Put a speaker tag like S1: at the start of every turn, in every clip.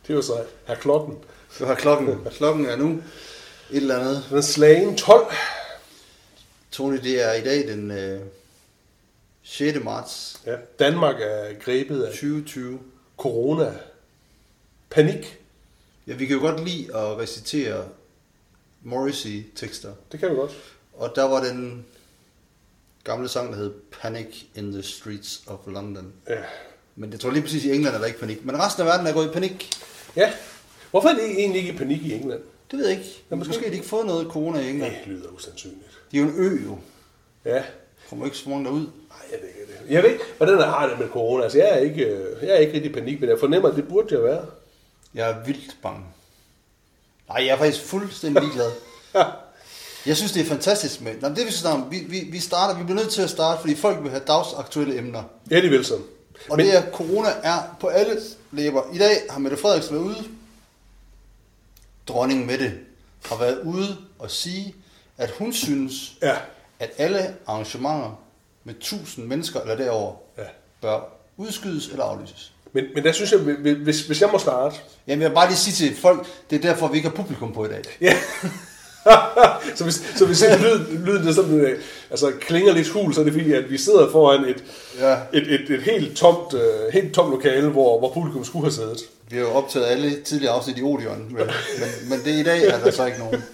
S1: Det var så her klokken.
S2: Du har klokken. Klokken er nu et eller andet.
S1: Den er slagen 12.
S2: Tony, det er i dag den 6. marts.
S1: Ja, Danmark er grebet af
S2: 2020.
S1: corona. Panik.
S2: Ja, vi kan jo godt lide at recitere Morrissey-tekster.
S1: Det kan vi godt.
S2: Og der var den gamle sang, der hed Panic in the Streets of London.
S1: Ja.
S2: Men jeg tror lige præcis, i England er der ikke panik. Men resten af verden er gået i panik.
S1: Ja. Hvorfor er det egentlig ikke i panik i England?
S2: Det ved jeg ikke. Ja, måske har de ikke fået noget corona i England.
S1: Det lyder usandsynligt.
S2: De er jo en ø, jo.
S1: Ja.
S2: Kommer ikke så mange derud.
S1: Nej, jeg ved ikke det. Jeg ved ikke, hvordan jeg har det med corona. Altså, jeg er ikke rigtig i panik, men jeg fornemmer, at det burde jeg være.
S2: Jeg er vildt bange. Nej, jeg er faktisk fuldstændig ligeglad. Jeg synes, det er fantastisk med... Nå, det vi snakker om, vi bliver nødt til at starte, fordi folk vil have dagsaktuelle emner.
S1: Ja, de vil så.
S2: Og men det er, corona er på alle læber. I dag har Mette Frederiksen været ude. Dronningen Mette har været ude og sige, at hun synes, at alle arrangementer med 1000 mennesker eller derover bør udskydes eller aflyses.
S1: Men der synes jeg, hvis jeg må starte...
S2: Jamen jeg vil bare lige sige til folk, det er derfor, vi ikke har publikum på i dag.
S1: Ja. så hvis ikke lyden der sådan, altså klinger lidt hul, så er det fordi, at vi sidder foran et helt tomt lokale, hvor publikum skulle have siddet.
S2: Vi har jo optaget alle tidligere afsnit i Odeon, men det i dag er der så ikke nogen.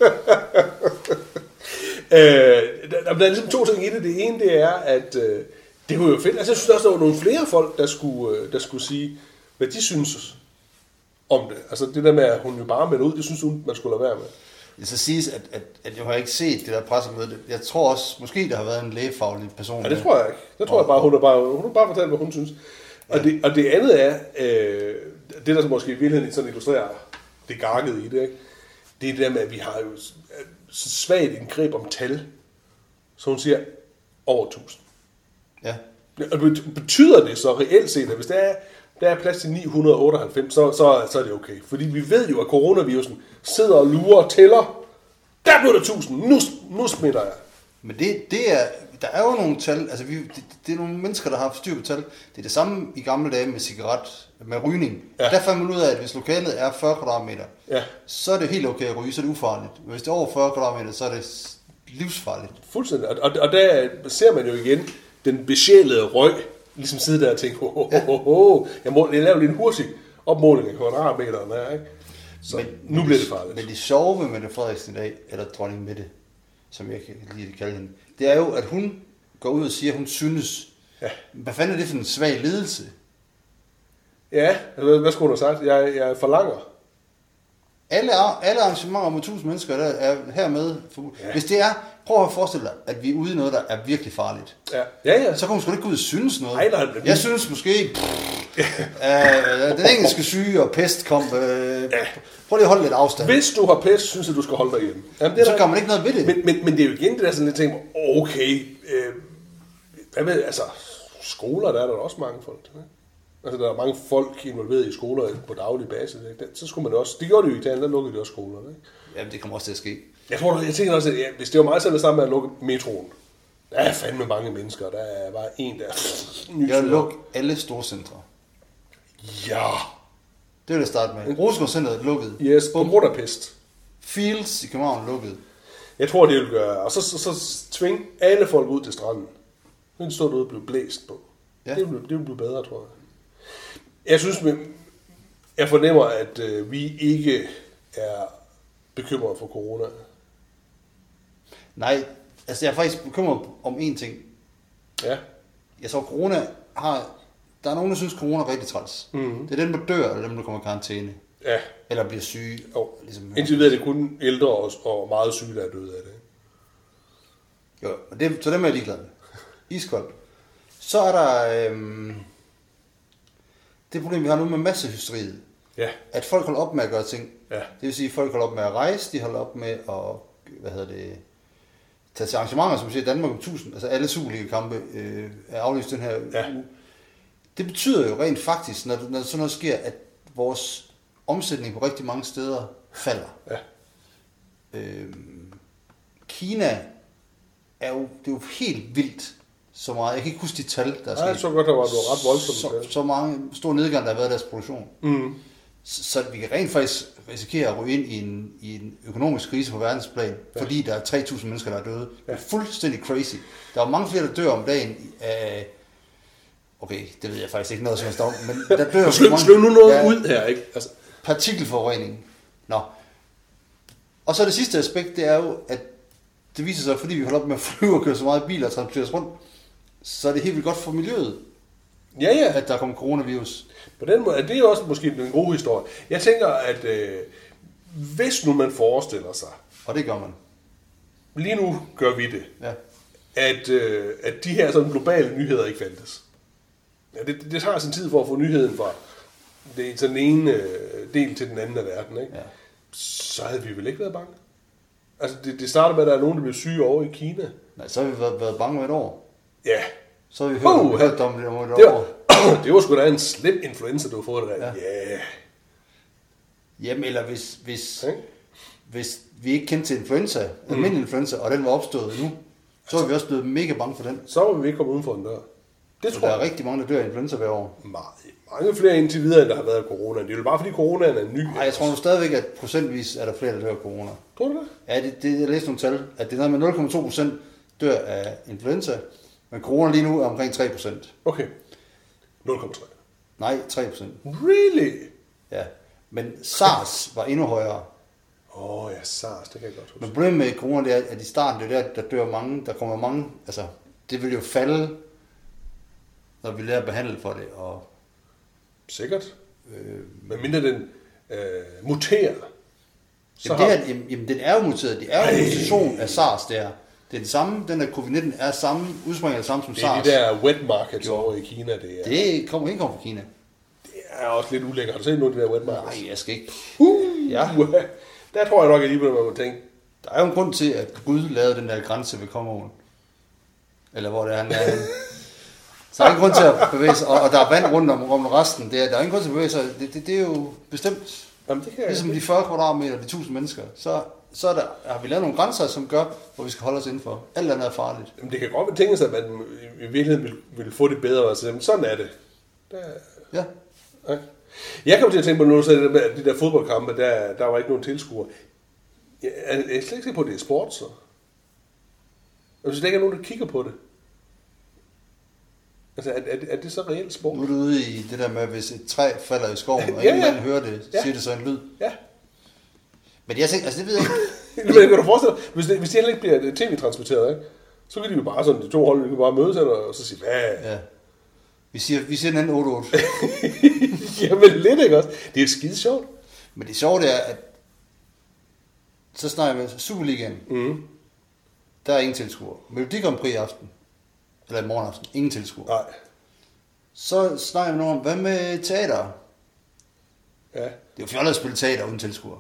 S1: Der er ligesom to ting i det. Det ene, det er, at det var jo fedt. Altså jeg synes også, der var nogle flere folk, der skulle sige, hvad de synes om det. Altså det der med, at hun jo bare melder ud, det synes hun, man skulle lade være med.
S2: Det skal siges, at jeg har ikke set det der pressemøde. Jeg tror også, måske der har været en lægefaglig person.
S1: Ja, det tror jeg ikke. Det tror jeg bare, hun har bare fortalt, hvad hun synes. Ja. Og det andet er, det der så måske i virkeligheden sådan illustrerer det garkede i det, ikke? Det er det der med, at vi har jo så svagt en greb om tal. Så hun siger, over 1000.
S2: Ja.
S1: Og betyder det så reelt set, at hvis der er plads til 998, så er det okay. Fordi vi ved jo, at coronavirusen sidder og lurer og tæller. Der blev der 1000. Nu smitter jeg.
S2: Men det er, der er jo nogle tal, altså det er nogle mennesker, der har styr på tal. Det er det samme i gamle dage med med rygning. Ja. Der fandt man ud af, at hvis lokalet er 40 kvadratmeter, så er det helt okay at ryge, så er det ufarligt. Men hvis det er over 40 kvadratmeter, så er det livsfarligt.
S1: Fuldstændig. Og der ser man jo igen den besjælede røg, ligesom sidde der og tænke, jeg laver lige en hurtig opmåling af kvadratmeterne her, ikke? Så nu bliver det farligt.
S2: Men det sjove med Mette Frederiksen i dag, eller dronning Mette, som jeg kan lige kalde hende, det er jo, at hun går ud og siger, at hun synes, hvad fanden er det for en svag ledelse?
S1: Ja, hvad skulle hun have sagt? Jeg forlanger.
S2: Alle arrangementer med 1000 mennesker, der er hermed forbudt. Ja. Hvis det er, prøv at forestille dig, at vi er ude i noget, der er virkelig farligt.
S1: Ja.
S2: Så kan hun sgu ikke gå ud og synes noget.
S1: Nej.
S2: Jeg synes måske, den engelske syge og pest kom. Prøv lige at holde lidt afstand.
S1: Hvis du har pest, synes jeg, du skal holde dig hjemme.
S2: Jamen, så gør man ikke noget ved det.
S1: Men det er jo igen det der sådan lidt ting, okay, hvad med, altså, skoler, der er der også mange folk. Ikke? Altså, der er mange folk involveret i skoler på daglig basis. Ikke? Så skulle man også, det gjorde det jo i Italien, der lukkede de også skolerne. Ikke?
S2: Jamen, det kommer også til at ske.
S1: Jeg tænker også, at hvis det var meget sådan sammen med at lukke metroen, der er fandme mange mennesker, der er bare en, der
S2: Jeg vil lukke alle storcentre.
S1: Ja.
S2: Det vil jeg starte med. Rosengårdscenteret lukket.
S1: Yes, på grund af pest.
S2: Fields i København lukket.
S1: Jeg tror, det vil gøre. Og så tvinge alle folk ud til stranden. Så vil stå derude og blive blæst på. Ja. Det vil blive bedre, tror jeg. Jeg synes, jeg fornemmer, at vi ikke er bekymret for corona.
S2: Nej, altså jeg er faktisk bekymret om én ting.
S1: Ja.
S2: Jeg tror, corona har... Der er nogen, der synes, corona er rigtig træls. Mm-hmm. Det er dem, der dør, eller dem, der kommer i karantæne.
S1: Ja.
S2: Eller bliver syge. Ligesom,
S1: indtil videre er det kun ældre og meget syge, der er døde af det.
S2: Jo, så dem er jeg ligeglad med. Iskoldt. Så er der det problem, vi har nu med massehysteriet.
S1: Ja.
S2: At folk holder op med at gøre ting.
S1: Ja.
S2: Det vil sige, at folk holder op med at rejse, de holder op med at, tage til arrangementer, som vi siger i Danmark om 1000, altså alle Superliga-kampe er aflyst den her uge. Det betyder jo rent faktisk, når sådan noget sker, at vores omsætning på rigtig mange steder falder.
S1: Ja.
S2: Kina det er jo helt vildt så meget. Jeg kan ikke huske de tal, der er sket.
S1: Nej, så godt, der var ret voldsomt.
S2: Så mange stor nedgang, der har været i deres produktion.
S1: Mm.
S2: Så vi kan rent faktisk risikere at ryge ind i en økonomisk krise på verdensplan, fordi der er 3.000 mennesker, der er døde. Det er fuldstændig crazy. Der er mange flere, der dør om dagen af... Okay, det ved jeg faktisk ikke noget som helst om, men der dør...
S1: Sløv nu noget ud her, ikke? Altså.
S2: Partikelforurening. Nå. Og så det sidste aspekt, det er jo, at det viser sig, fordi vi holder op med at flyve og køre så meget biler og transportere os rundt, så er det helt vildt godt for miljøet, at der kommer coronavirus.
S1: På den måde, det er også måske en god historie. Jeg tænker, at hvis nu man forestiller sig...
S2: Og det gør man.
S1: Lige nu gør vi det.
S2: Ja.
S1: At de her sådan globale nyheder ikke fandtes. Ja, det tager sin tid for at få nyheden fra den ene del til den anden af verden, ikke?
S2: Ja.
S1: Så havde vi vel ikke været bange. Altså, det starter med, at der er nogen, der bliver syge over i Kina.
S2: Nej, så har vi været bange med et år.
S1: Ja.
S2: Så har vi hørt om det om et år.
S1: Det var sgu da en slem influenza, du har fået det der. Ja.
S2: Jamen, eller hvis vi ikke kendte til influenza, almindelig influenza, og den var opstået nu, så er vi også blevet mega bange for den.
S1: Så var vi ikke kommet uden for den dør. Det tror
S2: der er rigtig mange, der dør af influenza hver år.
S1: Mange flere indtil videre, end der har været af corona. Det er jo bare fordi coronaen er ny.
S2: Nej, jeg tror nu stadigvæk, at procentvis er der flere, der dør af corona.
S1: Tror du det?
S2: Ja, jeg læste nogle tal, at det er noget med 0,2% dør af influenza, men corona lige nu er omkring 3%.
S1: Okay. 0,3.
S2: Nej, 3%.
S1: Really?
S2: Ja, men SARS var endnu højere.
S1: Ja, SARS, det kan jeg godt huske.
S2: Men problemet med corona, det er, at i starten, det er der dør mange, der kommer mange, altså, det vil jo falde, når vi lærer at behandle for det, og...
S1: Sikkert. Men mindre den muterer.
S2: Jamen, den er jo muteret. Det er jo en mutation af SARS, det er. Det er det samme, den der covid-19 er samme, udspringer det samme som SARS.
S1: Det er de der wet markets over i Kina, det er.
S2: Det kommer ikke fra Kina.
S1: Det er også lidt ulækkert. Har du set noget af de der wet markets?
S2: Nej, jeg skal ikke.
S1: Ja. Der tror jeg nok alligevel, man må tænke.
S2: Der er jo en grund til, at Gud lavede den der grænse ved Kongeåen. Eller hvor det er, han er. Så der er ingen grund til at bevæge sig, og der er vand rundt om resten. Der er ingen grund til at bevæge sig. Det er jo bestemt.
S1: Jamen, det kan
S2: ligesom de 40 kvadratmeter, de 1000 mennesker. Så har vi lavet nogle grænser, som gør, hvor vi skal holde os indenfor. Alt andet er farligt.
S1: Jamen, det kan godt tænke sig, at man i virkeligheden vil få det bedre. Altså, sådan er det.
S2: Ja.
S1: Jeg kom til at tænke på noget, så de der fodboldkampe, der var ikke nogen tilskuere. Jeg er slet ikke sikker på, at det er sport, så. Jeg synes, der ikke er nogen, der kigger på det. Altså, er det så reelt sport?
S2: Nu er du ude i det der med, hvis et træ falder i skoven, og ingen hører det, siger det så en lyd. Ja. Men jeg tænker, altså det ved jeg ikke.
S1: Men kan du forestille dig, hvis de heller ikke bliver tv-transporteret, ikke? Så kan de jo bare sådan, de to hold, vi kan bare mødes og så sige, hvad?
S2: Ja. Vi siger den anden 8-8.
S1: Jamen lidt, ikke også? Det er jo skide sjovt.
S2: Men det sjove det er, at så snakker jeg med Superligaen. Der er ingen tilskuere. Melodi Grand Prix i aften. Eller i morgen aften. Ingen tilskuere.
S1: Nej.
S2: Så snakker jeg med nogen, hvad med teater?
S1: Ja.
S2: Det er jo fjollet at spille teater uden tilskuere.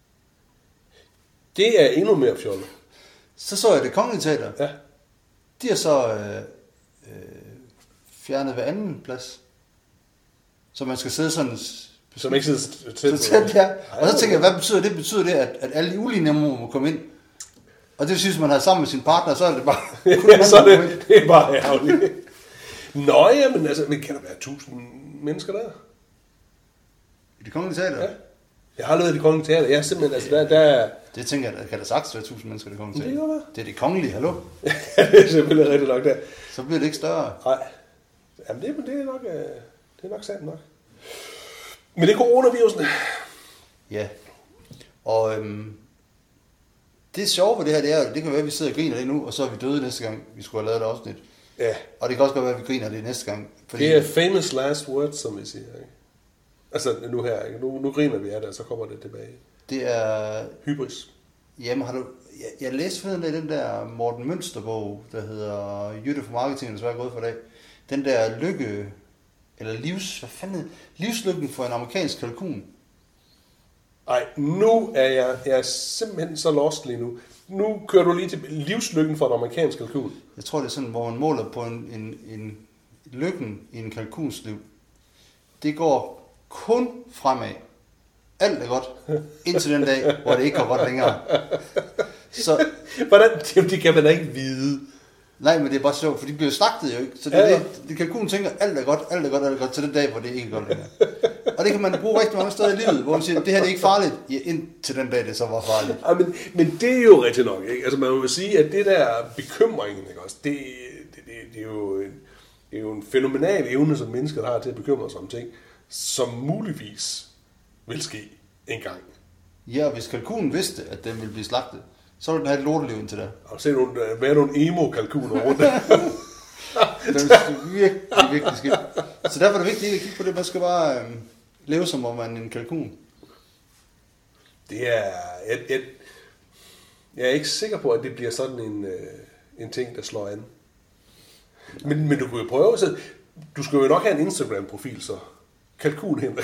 S1: Det er endnu mere fjollet.
S2: Så jeg Det Kongelige Teater.
S1: Ja.
S2: De har så fjernet hver anden plads. Så man skal sidde sådan...
S1: Så man ikke sidder
S2: tæt. Ja. Og så tænker jeg, hvad betyder det? Betyder det, at alle de ulige numre må komme ind? Og det vil sige, hvis man har sammen med sin partner, så er det bare...
S1: ja, så det er bare ærgerligt. Nå ja, men altså, men kan der være 1000 mennesker der?
S2: I Det Kongelige Teater?
S1: Ja. Jeg har lavet Det Kongelige Teater. Jeg er simpelthen, altså der...
S2: Det tænker jeg, kan der sagtens være 1000 mennesker i Det Kongelige Teater.
S1: Det er
S2: det er Det Kongelige, hallo?
S1: det er simpelthen rigtig nok der.
S2: Så bliver det ikke større.
S1: Nej. Jamen det er nok sandt nok. Men det er coronavirusen.
S2: Ja. Og det sjove ved det her, det kan være, at vi sidder og griner det nu, og så er vi døde næste gang, vi skulle have lavet et afsnit.
S1: Ja.
S2: Og det kan også godt være, at vi griner det næste gang.
S1: Fordi... Det er famous last words, som vi siger. Ikke? Altså nu her, ikke? Nu griner vi af det, og så kommer det tilbage.
S2: Det er...
S1: Hybris.
S2: Jamen, jeg læste forleden af den der Morten Mønsterbog, der hedder Jytte for Marketing, der desværre gået for i dag. Den der lykke, eller livslykken for en amerikansk kalkun.
S1: Ej, nu er jeg er simpelthen så lost lige nu. Nu kører du lige til livslykken for en amerikansk kalkun.
S2: Jeg tror, det er sådan, hvor man måler på en lykken i en kalkuns liv. Det går kun fremad. Alt er godt, indtil den dag, hvor det ikke går godt længere. Så,
S1: hvordan? Det kan man da ikke vide.
S2: Nej, men det er bare sjovt, for de bliver slagtet jo ikke. Så det kalkunen tænker, alt er godt, til den dag, hvor det ikke går længere. Og det kan man bruge rigtig mange steder i livet, hvor man siger, det her er ikke farligt, indtil den dag, det så var farligt.
S1: Ja, men det er jo rigtig nok, ikke? Altså man vil sige, at det der bekymringen, ikke også, det er jo en fænomenal evne, som mennesker har til at bekymre sig om ting, som muligvis vil ske en gang.
S2: Ja, og hvis kalkunen vidste, at den ville blive slagtet, så ville den have et lorteliv indtil da.
S1: Og se nogle emo-kalkuner rundt.
S2: Det er virkelig skidt. Så derfor er det vigtigt at kigge på det. Man skal bare leve som om man er en kalkun.
S1: Det er... Jeg er ikke sikker på, at det bliver sådan en ting, der slår an. Men du kunne jo prøve, så du skal jo nok have en Instagram-profil, så kalkun Henrik.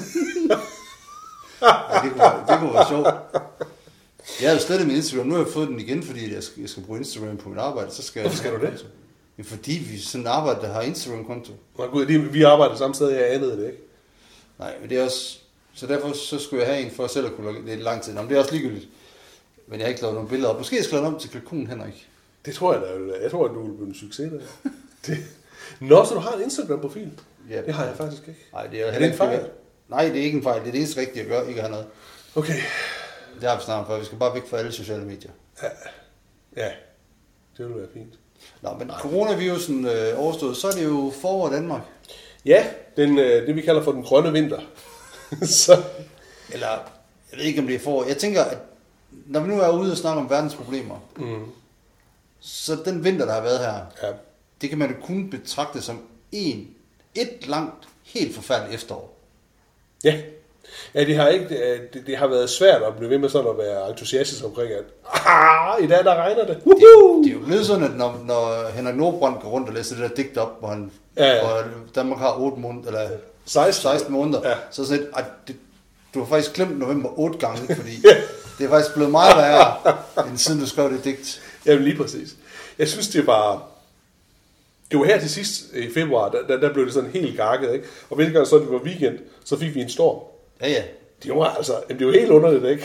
S2: Ja, det kunne være sjovt. Jeg har jo slettet min Instagram. Nu har jeg fået den igen, fordi jeg skal bruge Instagram på mit arbejde. Så skal
S1: Hvorfor skal du det?
S2: Ja, fordi vi sådan en arbejde, der har Instagram-konto.
S1: Nå gud, vi arbejder samme sted, jeg anede det, ikke?
S2: Nej, men det er også... Så derfor så skulle jeg have en for selv at kunne logge det lang tid. Nå, men det er også ligegyldigt. Men jeg har ikke lavet nogle billeder op. Måske skal jeg lave om til kalkun Henrik.
S1: Det tror jeg da. Jeg tror, at du vil blive en succes der. Nå, så du har en Instagram-profil?
S2: Ja,
S1: det har jeg faktisk ikke.
S2: Nej, det er
S1: det en fejl?
S2: Nej, det er ikke en fejl. Det er det eneste rigtige at gøre, ikke at have noget.
S1: Okay.
S2: Det har vi snart for. Vi skal bare væk fra alle sociale medier.
S1: Ja. Det vil være fint.
S2: Nå, men coronavirusen overstået, så er det jo forår i Danmark.
S1: Ja, det vi kalder for den grønne vinter. Så.
S2: Eller, jeg ved ikke, om det er forår. Jeg tænker, at når vi nu er ude og snakke om verdens problemer, så den vinter, der har været her, det kan man jo kun betragte som et langt, helt forfærdeligt efterår.
S1: Ja. Ja, det har været svært at blive ved med sådan at være entusiastisk omkring, at i dag der regner det.
S2: Det er jo blevet sådan, at når Henrik Nordbrandt går rundt og læser det der digt op, hvor hvor Danmark har 8 måneder, eller 16 måneder, så sådan et, du har faktisk glemt november 8 gange, fordi det er faktisk blevet meget værre, end siden du skrev det digt.
S1: Jamen lige præcis. Jeg synes, det var her til sidst i februar, der blev det sådan helt gakket, ikke? Og hver gang så det var weekend, så fik vi en storm.
S2: Ja.
S1: Det var helt underligt, ikke?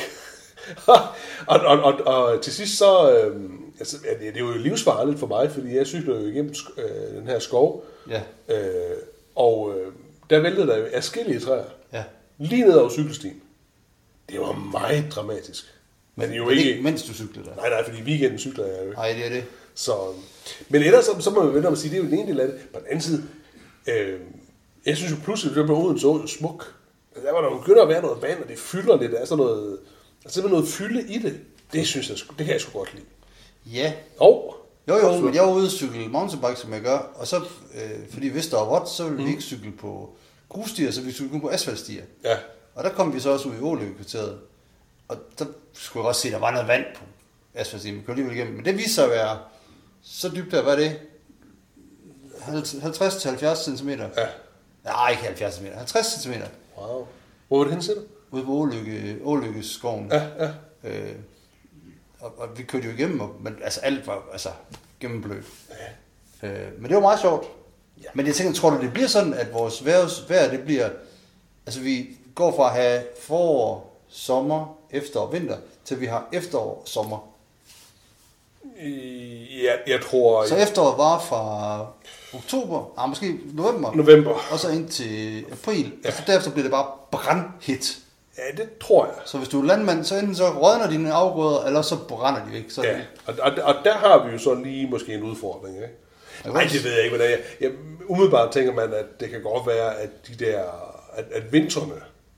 S1: og til sidst så, det er jo livsfarligt for mig, fordi jeg cykler jo igennem den her skov, og der væltede der jo adskillige træer, lige ned over cykelstien. Det var meget dramatisk.
S2: Men det er jo ikke mens du cyklede der?
S1: Nej, fordi i weekenden cykler jeg jo ikke.
S2: Nej, det er det.
S1: Så, men ellers så må vi vente om at sige, det er jo den ene del af det. På den anden side, jeg synes jo pludselig, at Odense er smuk. Der var der begynder at være noget vand, og det fylder lidt. Der er simpelthen noget fylde i det. Det synes jeg, det kan jeg sgu godt lide.
S2: Ja.
S1: Jo,
S2: men jeg var ude og cykle mountainbike, som jeg gør, og så, fordi hvis der var vådt, så ville vi ikke cykle på grusstier, så vi cykle på asfaltstier.
S1: Ja.
S2: Og der kom vi så også ud i Åløbekvarteret, og der skulle jeg også se, at der var noget vand på asfaltstien, vi kunne alligevel igennem. Men det viste sig at være så dybt der, hvad er det? 50-70 cm. Ja. Nej, ikke 70 cm, 50 cm.
S1: Wow. Hvor var det henne, siger du?
S2: Ude på Åløkkeskoven.
S1: Ja.
S2: Og vi kørte jo igennem, men altså alt var gennemblødt. Ja. Men det var meget sjovt. Ja. Men jeg tænker, tror du, det bliver sådan, at vores vejr, det bliver... Altså vi går fra at have forår, sommer, efterår, vinter, til vi har efterår, sommer.
S1: Ja, jeg tror...
S2: Så efteråret var fra oktober, måske
S1: november.
S2: Og så ind til april. Ja. Og så derefter bliver det bare brandhit.
S1: Ja, det tror jeg.
S2: Så hvis du er landmand, så enten så rådner dine afgrøder, eller så brænder de væk. Så
S1: ja, og der har vi jo så lige måske en udfordring, ikke? Nej, det ved jeg ikke, hvordan jeg umiddelbart tænker man, at det kan godt være, at de der, at vintrene,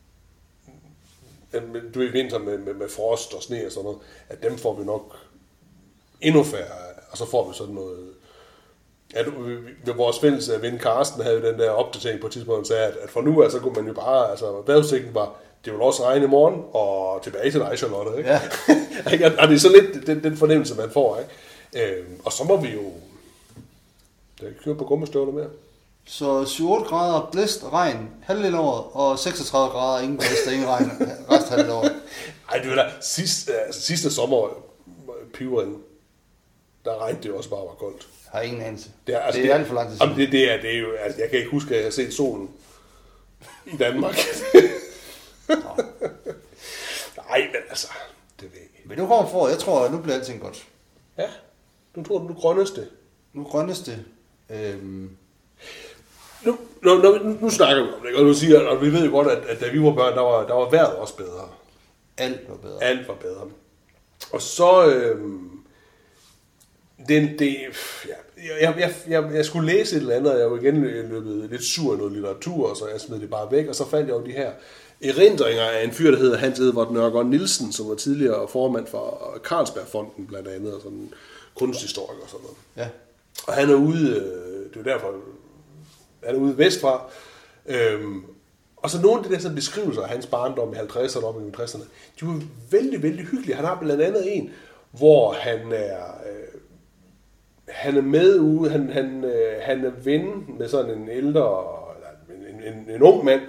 S1: du ved, vinter med frost og sne og sådan noget, at dem får vi nok endnu færre, og så får vi sådan noget. At vores fælles ven Karsten havde jo den der opdatering på et tidspunkt, og sagde, at fra nu af, så kunne man jo bare, altså vejrudsigten var, det vil også regne i morgen, og tilbage til dig, Charlotte, ikke? Ja. Og det er så lidt den fornemmelse, man får, ikke? Og så må vi jo køre på gummistøvler mere.
S2: Så 7-8 grader blæst og regn halvdelen året, og 36 grader ingen blæst og ingen regn rest halvdelen året.
S1: Ej, det var da sidste sommer, pivringen, der regnede det jo også bare var koldt.
S2: Jeg har ingen anelse. Det er alt for lang tid siden.
S1: Det er jo, altså, jeg kan ikke huske, at jeg har set solen i Danmark. Nej, men altså, det ved jeg ikke.
S2: Men nu kommer for, jeg tror, at nu bliver alting godt.
S1: Ja, nu tror du grønnes det.
S2: Nu grønnes det.
S1: Nu snakker vi om det, og du siger, og vi ved jo godt, at da vi var børn, der var vejret også bedre.
S2: Alt var bedre.
S1: Alt var bedre. Og så... Jeg skulle læse et eller andet, og jeg var igen løbet lidt sur af noget litteratur, så jeg smed det bare væk, og så fandt jeg jo de her erindringer af en fyr, der hedder Hans Edvard Nørgaard Nielsen, som var tidligere formand for Carlsbergfonden blandt andet, og sådan en kunsthistoriker og sådan noget.
S2: Ja.
S1: Og han er ude, det er derfor, han er ude vestfra, og så nogle af de der sådan beskrivelser af hans barndom i 50'erne og i 60'erne, de var vældig, vældig hyggelige. Han har blandt andet en, hvor han er med ude, han er ven med sådan en ældre, en ung mand,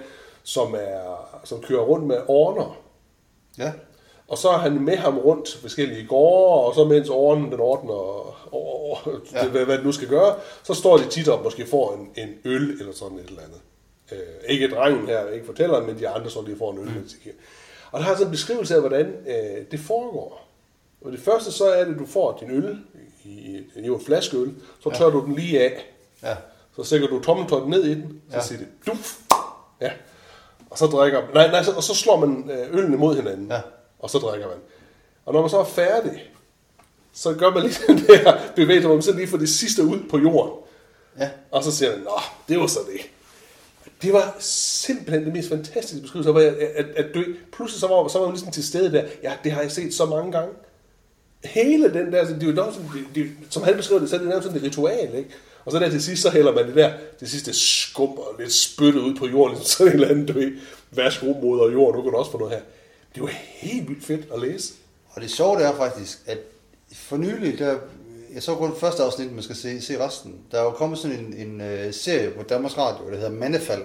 S1: som kører rundt med orner.
S2: Ja.
S1: Og så er han med ham rundt forskellige gårde, og så mens ornen den ordner, hvad det nu skal gøre, så står de tit og måske får en øl eller sådan et eller andet. Ikke drengen her, ikke fortælleren, men de andre så lige får en øl. Og der har sådan en beskrivelse af, hvordan det foregår. Og det første så er det, at du får din øl, i en flaskeøl, så tør du den lige af.
S2: Ja.
S1: Så stikker du tommeltotten ned i den, så siger det duf. Ja. Og så drikker og så slår man øllen mod hinanden.
S2: Ja.
S1: Og så drikker man. Og når man så er færdig, så gør man lige den der bevægelse, hvor man så lige får det sidste ud på jorden.
S2: Ja.
S1: Og så siger man, nå, det var så det. Det var simpelthen det mest fantastiske beskrivelse, hvor at du pludselig så var man ligesom til stede der. Ja, det har jeg set så mange gange. Hele den der, det er jo nok sådan, som han beskrev det, så er det nærmest sådan et ritual, ikke? Og så der til sidst, så hælder man det sidste skum og lidt spyttet ud på jorden, ligesom sådan en eller anden, du ved, værsgo moder jord, nu kan du også få noget her. Det var helt vildt fedt at læse.
S2: Og det sjove det er faktisk, at for nylig, jeg så kun første afsnit, man skal se resten. Der er jo kommet sådan en serie på Danmarks Radio, der hedder Mandefald.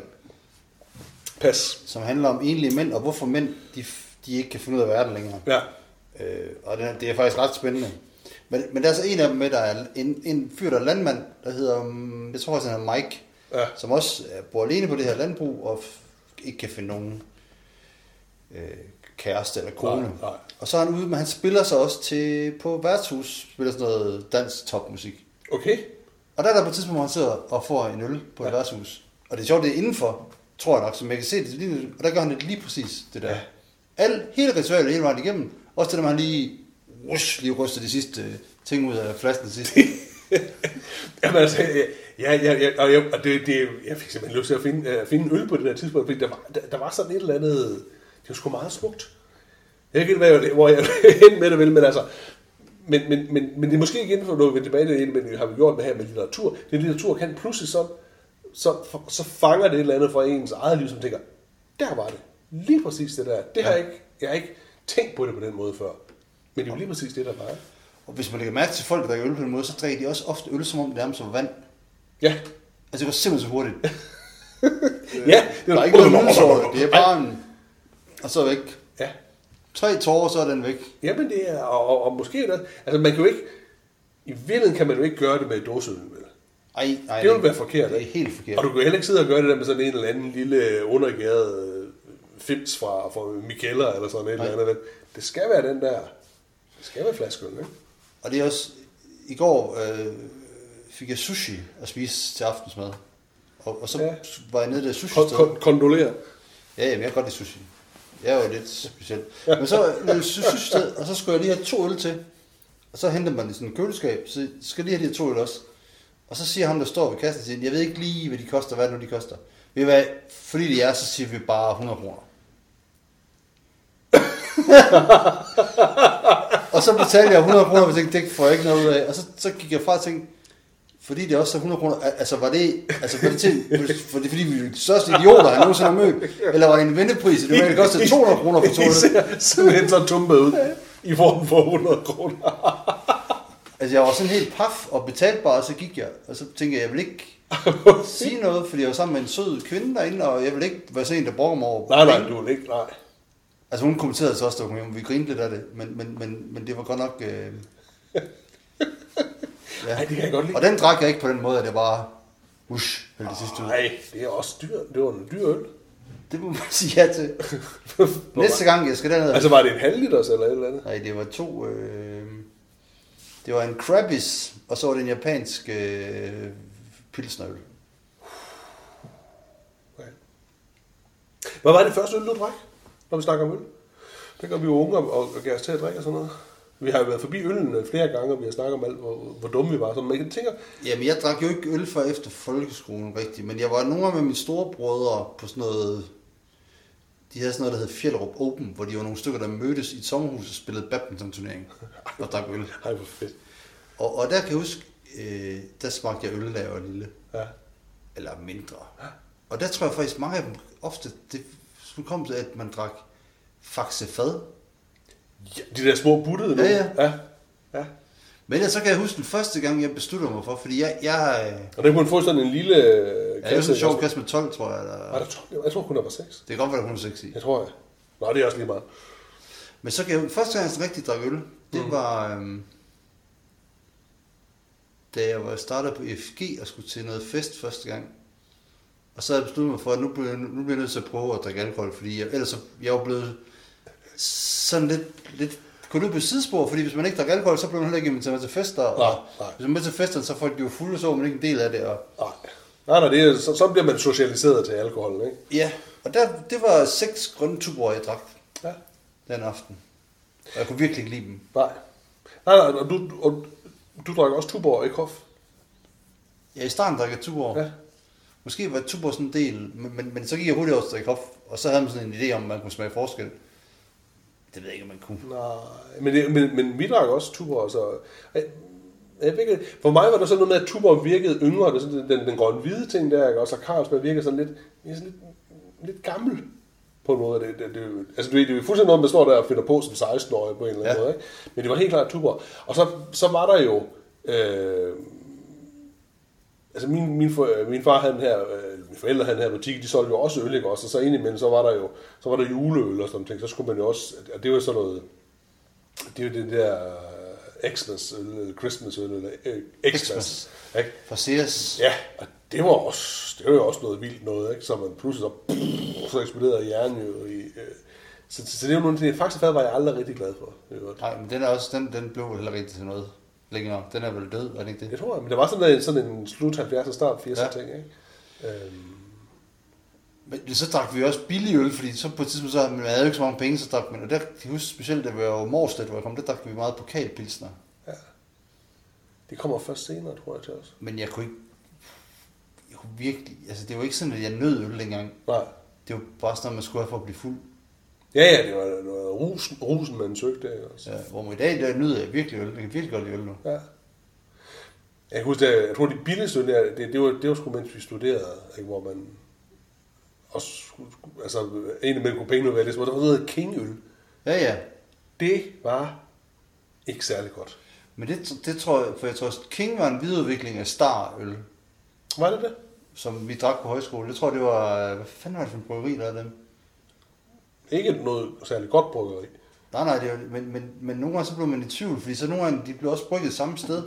S1: Pas.
S2: Som handler om enlige mænd, og hvorfor mænd, de ikke kan finde ud af verden længere.
S1: Ja.
S2: Og det er faktisk ret spændende. Men der er så en af dem med, der er en fyr, der er landmand, der hedder, jeg tror faktisk han er Mike, som også bor alene på det her landbrug, og ikke kan finde nogen kæreste eller kone.
S1: Nej.
S2: Og så er han ude, men han spiller sig også på værtshus, spiller sådan noget dansk topmusik.
S1: Okay.
S2: Og der er der på et tidspunkt, hvor han sidder og får en øl på et værtshus. Og det er sjovt, det er indenfor, tror jeg nok, så man kan se det lige, og der gør han det lige præcis, det der. Ja. Hele ritualet hele vejen igennem, også til, når man lige ryster de sidste ting ud af flasken til sidst.
S1: Jamen altså, jeg fik simpelthen lyst til at finde en øl på det der tidspunkt, fordi der var sådan et eller andet, det var sgu meget smukt. Jeg kan ikke vide, hvor jeg endte med det vel, men altså, men det er måske igen, for noget vi tilbage til det, men vi har gjort med her med litteratur. Det litteratur kan pludselig så fanger det et eller andet fra ens eget liv, som tænker, der var det. Lige præcis det der. Det har jeg har ikke tænkt på det på den måde før. Men det er jo lige præcis det, der var.
S2: Og hvis man lægger mærke til folk, der drikker øl på den måde, så drikker de også ofte øl, som om det er som vand.
S1: Ja.
S2: Altså det går simpelthen så hurtigt.
S1: Ja.
S2: Der er ikke noget nulsår. Det er bare en... Og så væk.
S1: Ja.
S2: 3 tårer, så er den væk.
S1: Jamen det er... Og måske er det... Altså man kan jo ikke... I virkeligheden kan man jo ikke gøre det med dåseøl, vel?
S2: Nej,
S1: det vil være forkert.
S2: Det er helt forkert.
S1: Og du kan heller ikke sidde og gøre det der med sådan en eller anden lille undergæret fims fra Mikkeller eller sådan et eller andet. Det skal være den der... Det skal være flaskeøl, ikke?
S2: Og det er også... I går fik jeg sushi at spise til aftensmad. Og så var jeg nede der sushi-sted.
S1: Kondolerer.
S2: Ja, jeg kan godt lide sushi. Jeg er jo lidt speciel. Men så nede sushi-sted, og så skulle jeg lige have 2 øl til. Og så henter man i sådan et køleskab, så skal lige have de her 2 øl også. Og så siger ham, der står ved kassen, siger, jeg ved ikke lige, hvad de koster, hvad nu de koster. Ved hvad, fordi de er, så siger vi bare 100 kroner. Og så betalte jeg 100 kroner, og tænkte, det får jeg ikke noget ud af. Og så gik jeg fra og tænkte, fordi det også er 100 kroner, altså var det til, fordi vi er de største idioter, han nogensinde har mødt, eller var det en ventepris, det kostede 200 kroner for 2 øl.
S1: Simpelthen så tumpet ud i form for 100 kroner.
S2: Altså jeg var sådan helt paf og betalte bare, og så gik jeg, og så tænkte jeg vil ikke sige noget, fordi jeg var sammen med en sød kvinde derinde, og jeg vil ikke være sådan en, der brokker mig over.
S1: Nej, du vil ikke, nej.
S2: Altså hun kommenterede så også, at vi grinede lidt af det, men det var godt nok...
S1: Ja. Ej, det kan jeg godt lide.
S2: Og den drak jeg ikke på den måde, at det bare... det sidste ud.
S1: Nej, det er også dyrt. Det var en dyr øl.
S2: Det må man sige ja til. Næste gang, jeg skal derned...
S1: Altså, var det en halv liters eller et eller andet?
S2: Nej, det var 2... Det var en Krabbis, og så var det en japansk pilsnerøl.
S1: Hvad var det første øl, du drak, når vi snakker om øl? Dengang vi var unge og gav os til at drikke og sådan noget. Vi har jo været forbi øllen flere gange, og vi har snakket om alt, hvor dumme vi var. Så man tænker...
S2: Jamen, jeg drak jo ikke øl før efter folkeskolen rigtigt, men jeg var nogle gange med mine storebrødre på sådan noget... De havde sådan noget, der hed Fjellerup Open, hvor de var nogle stykker, der mødtes i et sommerhus og spillede badminton-turnering og drak øl.
S1: Ej, hvor fedt.
S2: Og der kan jeg huske, der smagte jeg øl, da jeg var lille.
S1: Ja.
S2: Eller mindre. Og der tror jeg faktisk, mange af dem ofte, det skulle komme til, at man drak Faxe Fad.
S1: Ja, de der små buttede nu. Ja.
S2: Men ellers så kan jeg huske den første gang, jeg besluttede mig for, fordi jeg
S1: og der kunne man få sådan en lille
S2: kasse. Ja, det var en sjov kasse med 12, tror jeg.
S1: Var der 12? Jeg tror kun der var 6.
S2: Det kan godt være, der kun var 6 i.
S1: Jeg tror jeg. Nå, det er også lige meget.
S2: Men så kan jeg første gang, jeg rigtig drak øl, det var, da jeg var startet på FG og skulle til noget fest første gang. Og så havde jeg besluttet mig for, at nu bliver jeg nødt til at prøve at drikke alkohol, fordi ellers jeg var blevet sådan lidt kunne du på sidespor, fordi hvis man ikke drikker alkohol, så bliver man heller ikke inviteret med til fester. Og hvis man er med til festerne, så får de jo fulde, så er man ikke en del af det. Og...
S1: Nej, så bliver man socialiseret til alkohol, ikke?
S2: Ja, og det var 6 grønne Tuborg, jeg drak den aften. Og jeg kunne virkelig ikke lide dem.
S1: Nej, og du drak også Tuborg, ikke Hof?
S2: Ja, i starten drak jeg Tuborg. Ja. Måske var Tuborg sådan en del, men så gik jeg hurtigt over til Hof, og så havde man sådan en idé om, at man kunne smage forskel. Det ved jeg ikke, om man kunne.
S1: Nej, men vi drak også Tuborg, så... For mig var der sådan noget med, at Tuborg virkede yngre, det sådan, den grønne-hvide ting der, og så Carlsberg virkede sådan lidt gammel på en måde. Altså, det er jo fuldstændig noget, man står der og finder på som 16-årig på en eller anden måde, ikke? Men det var helt klart Tuborg. Og så var der jo... Altså min far havde den her, mine forældre havde den her butik, de solgte jo også øl, ikke også? Og så indimellem, så var der juleøl og sådan noget, så skulle man jo også, og det var sådan noget, det er jo det der Xmas øl, eller Christmas øl, eller Xmas, ikke?
S2: For Sears.
S1: Ja, og det var jo også noget vildt noget, ikke? Så man pludselig så eksploderede hjernen jo i... Så det er jo nogle ting, faktisk var jeg aldrig rigtig glad for.
S2: Nej, men den er også, den blev heller rigtig til noget længere. Den er vel død, er det ikke det?
S1: Jeg tror, men der var sådan en slut 70'er start 80'er ting, ikke?
S2: Men så drak vi også billig øl, fordi så på et tidspunkt, så man havde jo ikke så mange penge, så drak man, og der kan jeg huske specielt, da vi var Morsted, hvor jeg kom, der drak vi meget pokalpilsner. Ja.
S1: Det kommer først senere, tror jeg til os.
S2: Men jeg kunne virkelig, altså det var ikke sådan, at jeg nød øl dengang. Nej. Det var bare sådan, at man skulle have for at blive fuld.
S1: Ja, det var rusen, man søgte. Også.
S2: Ja, hvor man i dag, der nyder jeg virkelig øl. Jeg kan virkelig godt lide øl nu. Ja.
S1: Jeg kan huske, jeg tror, de billigste øl, det var sgu, mens vi studerede, ikke, hvor man også, altså, en af kunne penge ud af det, så der var noget King-øl.
S2: Ja.
S1: Det var ikke særlig godt.
S2: Men det tror jeg, for jeg tror, at King var en videreudvikling af Star-øl.
S1: Var det det?
S2: Som vi drak på højskole. Det tror jeg, det var, hvad fanden var det for en bryggeri, der af dem? Ikke
S1: noget særlig godt bryggeri.
S2: Nej, det var, men nogle gange så blev man i tvivl, fordi så nogle gange, de blev også brygget samme sted,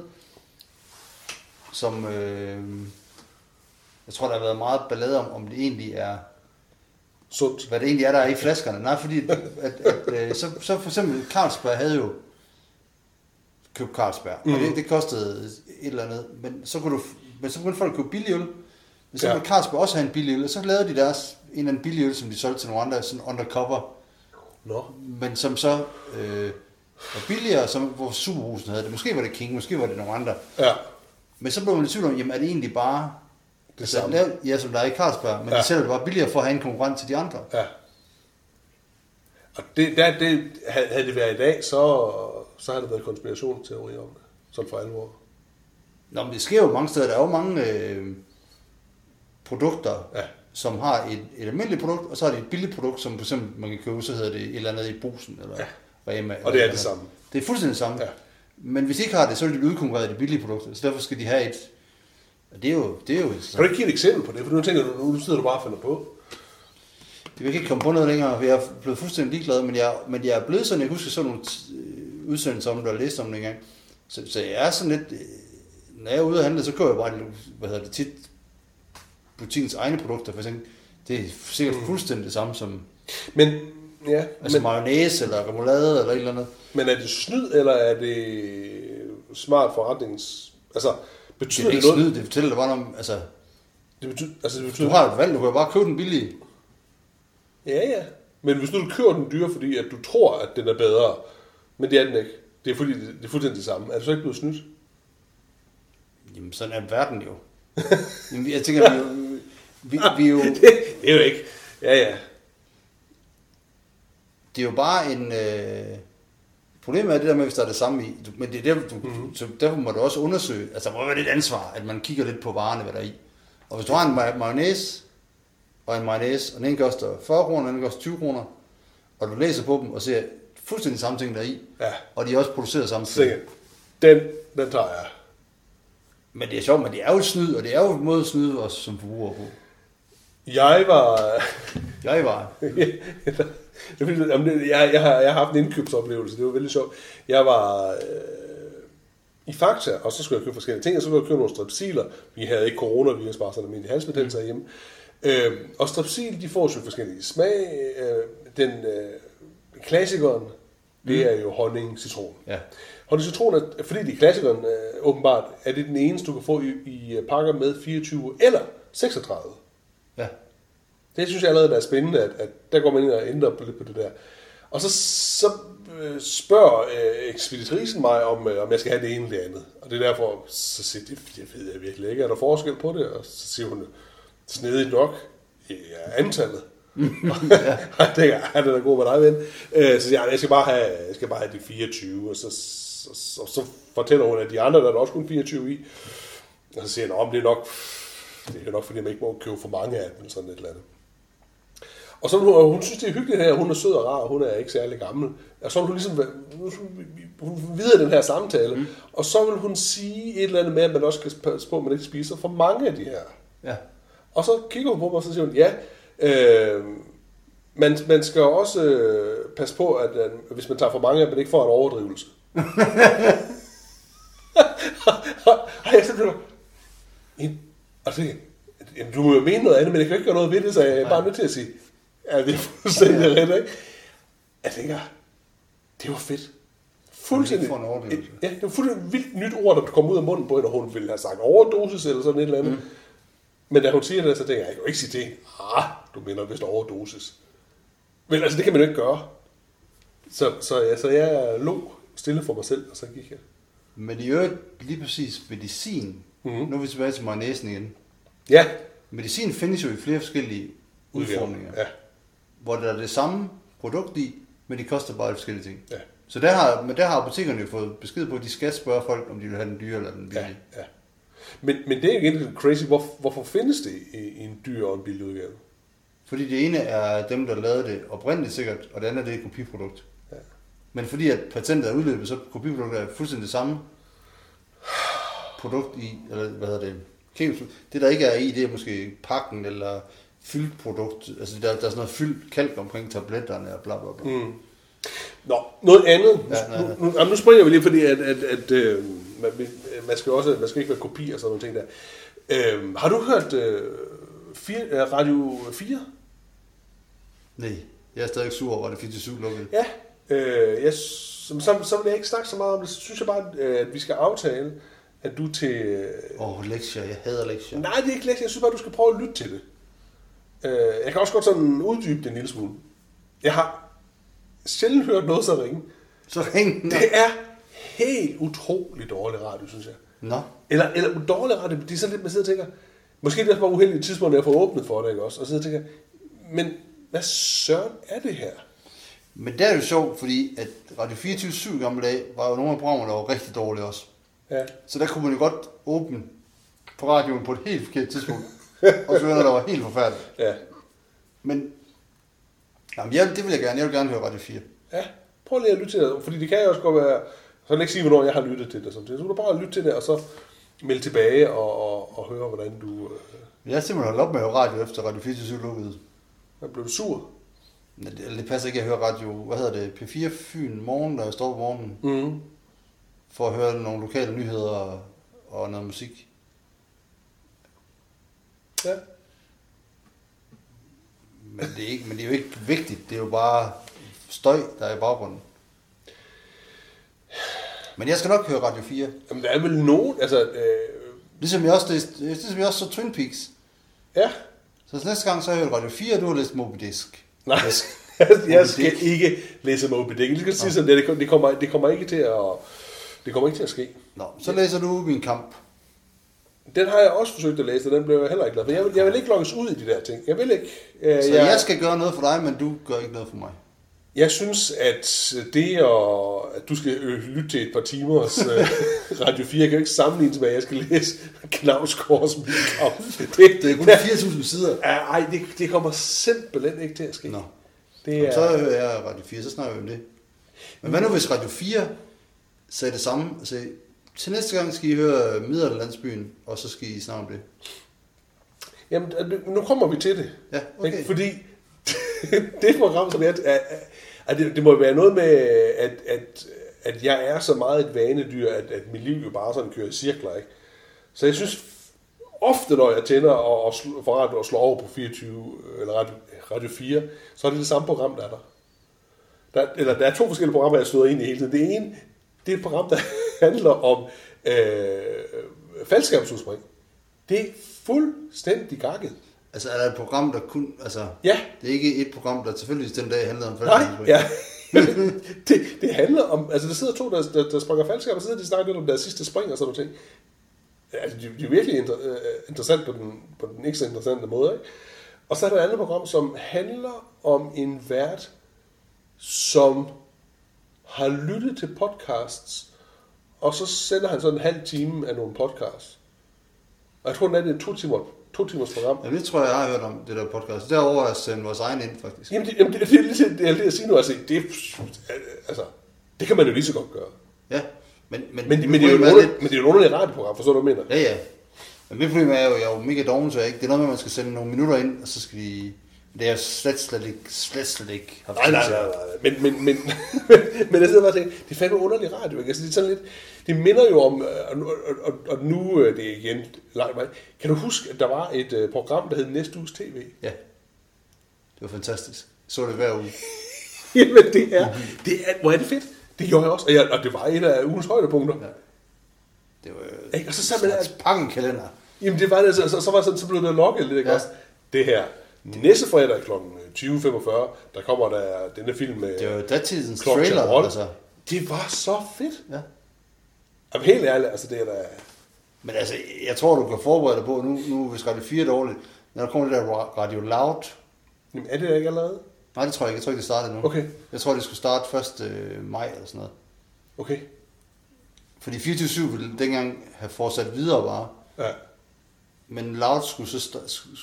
S2: som, jeg tror, der har været meget ballade om det egentlig er
S1: sundt.
S2: Hvad det egentlig er, der er i flaskerne. Nej, fordi så for eksempel Carlsberg havde jo købt Carlsberg, og det kostede et eller andet, men så kunne folk købe billig øl, men så ville Carlsberg også have en billig øl, og så lavede de deres en eller anden billig øl, som de solgte til nogle andre, sådan undercover. Men som så var billigere, som hvor Superhusen havde det. Måske var det King, måske var det nogle andre. Ja. Men så blev man i tvivl om, jamen er det egentlig bare
S1: det samme?
S2: Ja, som der er i Carlsberg, men de sælger det bare billigere for at have en konkurrent til de andre. Ja.
S1: Og det havde det været i dag, så har det været konspirationsteori om det. Sådan for alvor.
S2: Nå, men det sker jo mange steder. Der er jo mange produkter, som har et almindeligt produkt, og så har de et billigt produkt, som for eksempel man kan købe, så hedder det et eller andet i Brugsen, eller Rema.
S1: Og det er det samme.
S2: Det er fuldstændig det samme. Ja. Men hvis de ikke har det, så vil de udkonkurrere de billige produkter, så derfor skal de have et... Det er jo
S1: kan du ikke give et eksempel på det? For nu tænker du, nu sidder du bare og finder på.
S2: Det vil ikke komme på noget længere, for jeg er blevet fuldstændig ligeglad, men jeg er blevet sådan, jeg husker sådan nogle udsendelser om det, og læste om det engang. Så jeg er sådan lidt... Når jeg er ude og handle, så køber jeg bare, tit butikkens egne produkter, for eksempel. Det er sikkert fuldstændig det samme som...
S1: Men,
S2: mayonnaise eller remoulade eller et eller andet.
S1: Men er det snyd, eller er det smart forretnings... Altså, betyder
S2: det er ikke snyd, det fortæller dig bare om... Altså,
S1: det betyder...
S2: Du har et valg, du kan bare købe den billige.
S1: Ja. Men hvis nu du kører den dyre, fordi at du tror, at den er bedre, men det er den ikke. Det er fordi, det er fuldstændig det samme. Er du så ikke blevet snydt?
S2: Jamen, sådan er verden jo. Jamen, jeg tænker, vi jo...
S1: Det er jo ikke. Ja.
S2: Det er jo bare en... Problemet er det der med, hvis der er det samme i. Men det er der, så derfor må du også undersøge. Altså, der må være lidt ansvar, at man kigger lidt på varerne, hvad der er i. Og hvis du har en mayonnaise, og den ene koster 40 kroner, den anden koster 20 kroner, og du læser på dem og ser fuldstændig samme ting der er i, og de er også produceret samtidig.
S1: Den tager jeg.
S2: Men det er sjovt, men det er jo et snyd, og det er jo en måde at snyde os som forbrugere på.
S1: Jeg var... Jeg har haft en indkøbsoplevelse, det var veldig sjovt. Jeg var i Fakta, og så skulle jeg købe forskellige ting, og så skulle jeg købe nogle strepsiler. Vi havde ikke coronavirus, bare sådan almindelig halsbetændelse hjemme. Og strepsil, de får så forskellige smag. Klassikeren, det er jo honning-citron.
S2: Ja.
S1: Honning-citron, fordi det er klassikeren, åbenbart, er det den eneste, du kan få i pakker med 24 eller 36.
S2: Ja.
S1: Det synes jeg allerede er spændende, at der går man ind og ændrer lidt på det der. Og så spørger ekspeditrisen mig, om jeg skal have det ene eller det andet. Og det er derfor, så siger det ved jeg virkelig ikke. Er der forskel på det? Og så siger hun, snedigt nok, antallet. Og jeg tænker, det er da god med dig, ven. Så siger jeg skal bare have de 24. Og så fortæller hun, at de andre, der er der også kun 24 i. Og så siger jeg, det er nok fordi, man ikke må købe for mange af dem, sådan et eller andet. Og så hun synes, det er hyggeligt her, hun er sød og rar, og hun er ikke særlig gammel. Og så vil hun ligesom, hun videre den her samtale, og så vil hun sige et eller andet med, at man også skal passe på, at man ikke spiser for mange af de her.
S2: Ja.
S1: Og så kigger hun på mig, og så siger hun, man skal også passe på, at hvis man tager for mange, at man ikke får en overdrivelse. Og jeg simpelthen, og så du må jo mene noget andet, men jeg kan ikke gøre noget ved det, så jeg er bare nødt til at sige, det er fuldstændig ret, ikke? Jeg tænker, det var fedt. Fuldstændig. Det var fuldstændig vildt nyt ord, der kom ud af munden på hende, og hun ville have sagt overdosis eller sådan et eller andet. Men da hun siger det, så tænker jeg kan jo ikke sige det. Du mener vist overdosis. Men altså, det kan man jo ikke gøre. Så jeg lå stille for mig selv, og så gik jeg.
S2: Men i øvrigt lige præcis medicin. Nu er vi tilbage til mayonnaisen igen.
S1: Ja.
S2: Medicin findes jo i flere forskellige udformninger.
S1: Ja.
S2: Hvor der er det samme produkt i, men de koster bare forskellige ting.
S1: Ja.
S2: Så der har apotekerne jo fået besked på, at de skal spørge folk, om de vil have den dyre eller den billige.
S1: Ja. Men det er jo igen crazy. Hvorfor findes det i en dyr og en billig udgave?
S2: Fordi det ene er dem, der lavede det oprindeligt sikkert, og det andet er et kopiprodukt. Ja. Men fordi at patentet er udløbet, så kopiproduktet er fuldstændig det samme produkt i, eller hvad hedder det? Det der ikke er i, det er måske pakken eller fyldt produkt. Altså der er sådan noget fyldt kalk omkring tabletterne og bla bla bla.
S1: Nå, noget andet.
S2: Ja.
S1: Nu springer vi lige, fordi at man skal ikke være kopi og sådan nogle ting der. Har du hørt Radio 4?
S2: Nej, jeg er stadig sur over, at det 24/7 lukket.
S1: Ja, så vil jeg ikke snakke så meget om det. Så synes jeg bare, at vi skal aftale, at du til...
S2: lektier. Jeg hader lektier.
S1: Nej, det er ikke lektier. Jeg synes bare, du skal prøve at lytte til det. Jeg kan også godt sådan uddybe det en lille smule. Jeg har sjældent hørt noget så ringe.
S2: Så ringe?
S1: Det er helt utroligt dårlig radio, synes jeg.
S2: Nå.
S1: Eller dårlig radio, det er sådan lidt, man sidder og tænker, måske det er bare uheldigt tidspunkt, at jeg får åbnet for det, ikke også? Og sidder og tænker, men hvad søren er det her?
S2: Men det er jo sjovt, fordi at Radio 24/7 gamle dage var jo nogle af programmerne, der var rigtig dårlige også. Ja. Så der kunne man jo godt åbne på radioen på et helt forkert tidspunkt. Og så der var helt forfærdeligt. Ja. Men det vil jeg gerne. Jeg vil gerne høre Radio 4.
S1: Ja, prøv lige at lytte til det. Fordi det kan jo også godt være... Så kan jeg ikke sige, hvornår jeg har lyttet til det. Så du kan bare lytte til det, og så melde tilbage og høre, hvordan du...
S2: Jeg har simpelthen holdt op med at høre radio efter Radio 24/7 lukkede.
S1: Jeg blev sur.
S2: Det passer ikke, at jeg hører radio... Hvad hedder det? P4 Fyn morgen, når jeg står på morgenen. For at høre nogle lokale nyheder og noget musik.
S1: Ja.
S2: Men det er jo ikke vigtigt. Det er jo bare støj, der er i baggrunden. Men jeg skal nok høre Radio 4.
S1: Jamen, der er vel nogen... Altså,
S2: Ligesom jeg også så Twin Peaks.
S1: Ja.
S2: Så næste gang, så har jeg hørt Radio 4, og du har læst Moby Disk.
S1: Nej, jeg skal ikke læse Moby Dick. Det skal sige sådan, det kommer ikke til at ske.
S2: Nå, så læser du Min Kamp.
S1: Den har jeg også forsøgt at læse, og den blev jeg heller ikke glad for. Jeg vil ikke logges ud i de der ting. Jeg vil ikke.
S2: Jeg skal gøre noget for dig, men du gør ikke noget for mig.
S1: Jeg synes, at at du skal lytte til et par timers Radio 4, kan jo ikke sammenlignes med, at jeg skal læse Knausgårds Min Kamp.
S2: Det er kun 4.000 sider.
S1: Nej, det kommer simpelthen ikke til at ske.
S2: Nå.
S1: Det er...
S2: Så hører jeg Radio 4, så snakker vi om det. Men hvad nu hvis Radio 4 sagde det samme? Altså, til næste gang skal I høre Middelalderlandsbyen, og så skal I snakke om det.
S1: Jamen, nu kommer vi til det.
S2: Ja, okay.
S1: Fordi det program, som det må være noget med, at jeg er så meget et vanedyr, at mit liv jo bare sådan kører i cirkler, ikke? Så jeg synes ofte, når jeg tænder og får radio og slår over på 24 eller Radio 4, så er det samme program, der er der. Der er to forskellige programmer, jeg støder ind i hele tiden. Det ene, det er et program, der handler om faldskærmsudspring. Det er fuldstændig gakket.
S2: Altså er der et program, der kun... Altså,
S1: ja.
S2: Det er ikke et program, der selvfølgelig den dag handler om
S1: faldskærmsudspring. Nej, ja. det handler om... Altså der sidder to, der springer faldskærm, og så sidder de snakker lidt om deres sidste spring og sådan noget ting. Altså, de er virkelig interessant på den ikke så interessante måde, ikke? Og så er der et andet program, som handler om en vært, som har lyttet til podcasts, og så sender han sådan en halv time af nogle podcasts. Og jeg tror, det er et 2 timers program.
S2: Ja, det tror jeg har hørt om, det der podcast. Derover er sendt vores egen ind, faktisk.
S1: Jamen, det er lidt at sige nu, altså, det kan man jo lige så godt gøre.
S2: Ja,
S1: men det er jo et underligt radioprogram, forstår du, hvad jeg mener?
S2: Ja. Men mit problem er jo, jeg er jo mega doven, så ikke. Det er noget med, at man skal sende nogle minutter ind, og så skal de... Det er jo slet ikke haft tid til.
S1: Nej. Men jeg sidder bare og tænker, det er fandme underligt radio, ikke? Altså, det er sådan lidt... Det minder jo om... Og nu er det igen langt vej. Kan du huske, at der var et program, der hed Næste Uges TV?
S2: Ja. Det var fantastisk. Så det hver uge.
S1: Jamen, det er... Hvor er det fedt? Det gjorde jeg også. Og det var et af ugens højdepunkter. Ja.
S2: Det var
S1: jo... Og så sad man...
S2: pakkenkalender.
S1: Jamen, det var det. Så blev det lukket lidt, ikke også? Det her... Næste fredag kl. 20.45, der kommer der denne film med...
S2: Det var jo datidens trailer, altså.
S1: Det var så fedt.
S2: Ja.
S1: Jamen helt ærligt, altså det er da...
S2: Men altså, jeg tror, du kan forberede dig på, nu hvis Radio 4 er dårligt, når der kommer det der Radio Loud.
S1: Jamen er det ikke allerede?
S2: Nej, det tror jeg ikke. Jeg tror ikke, det startede nu.
S1: Okay.
S2: Jeg tror, det skulle starte 1. maj eller sådan noget.
S1: Okay.
S2: Fordi 24/7 ville dengang have fortsat videre bare.
S1: Ja.
S2: Men Loud skulle så...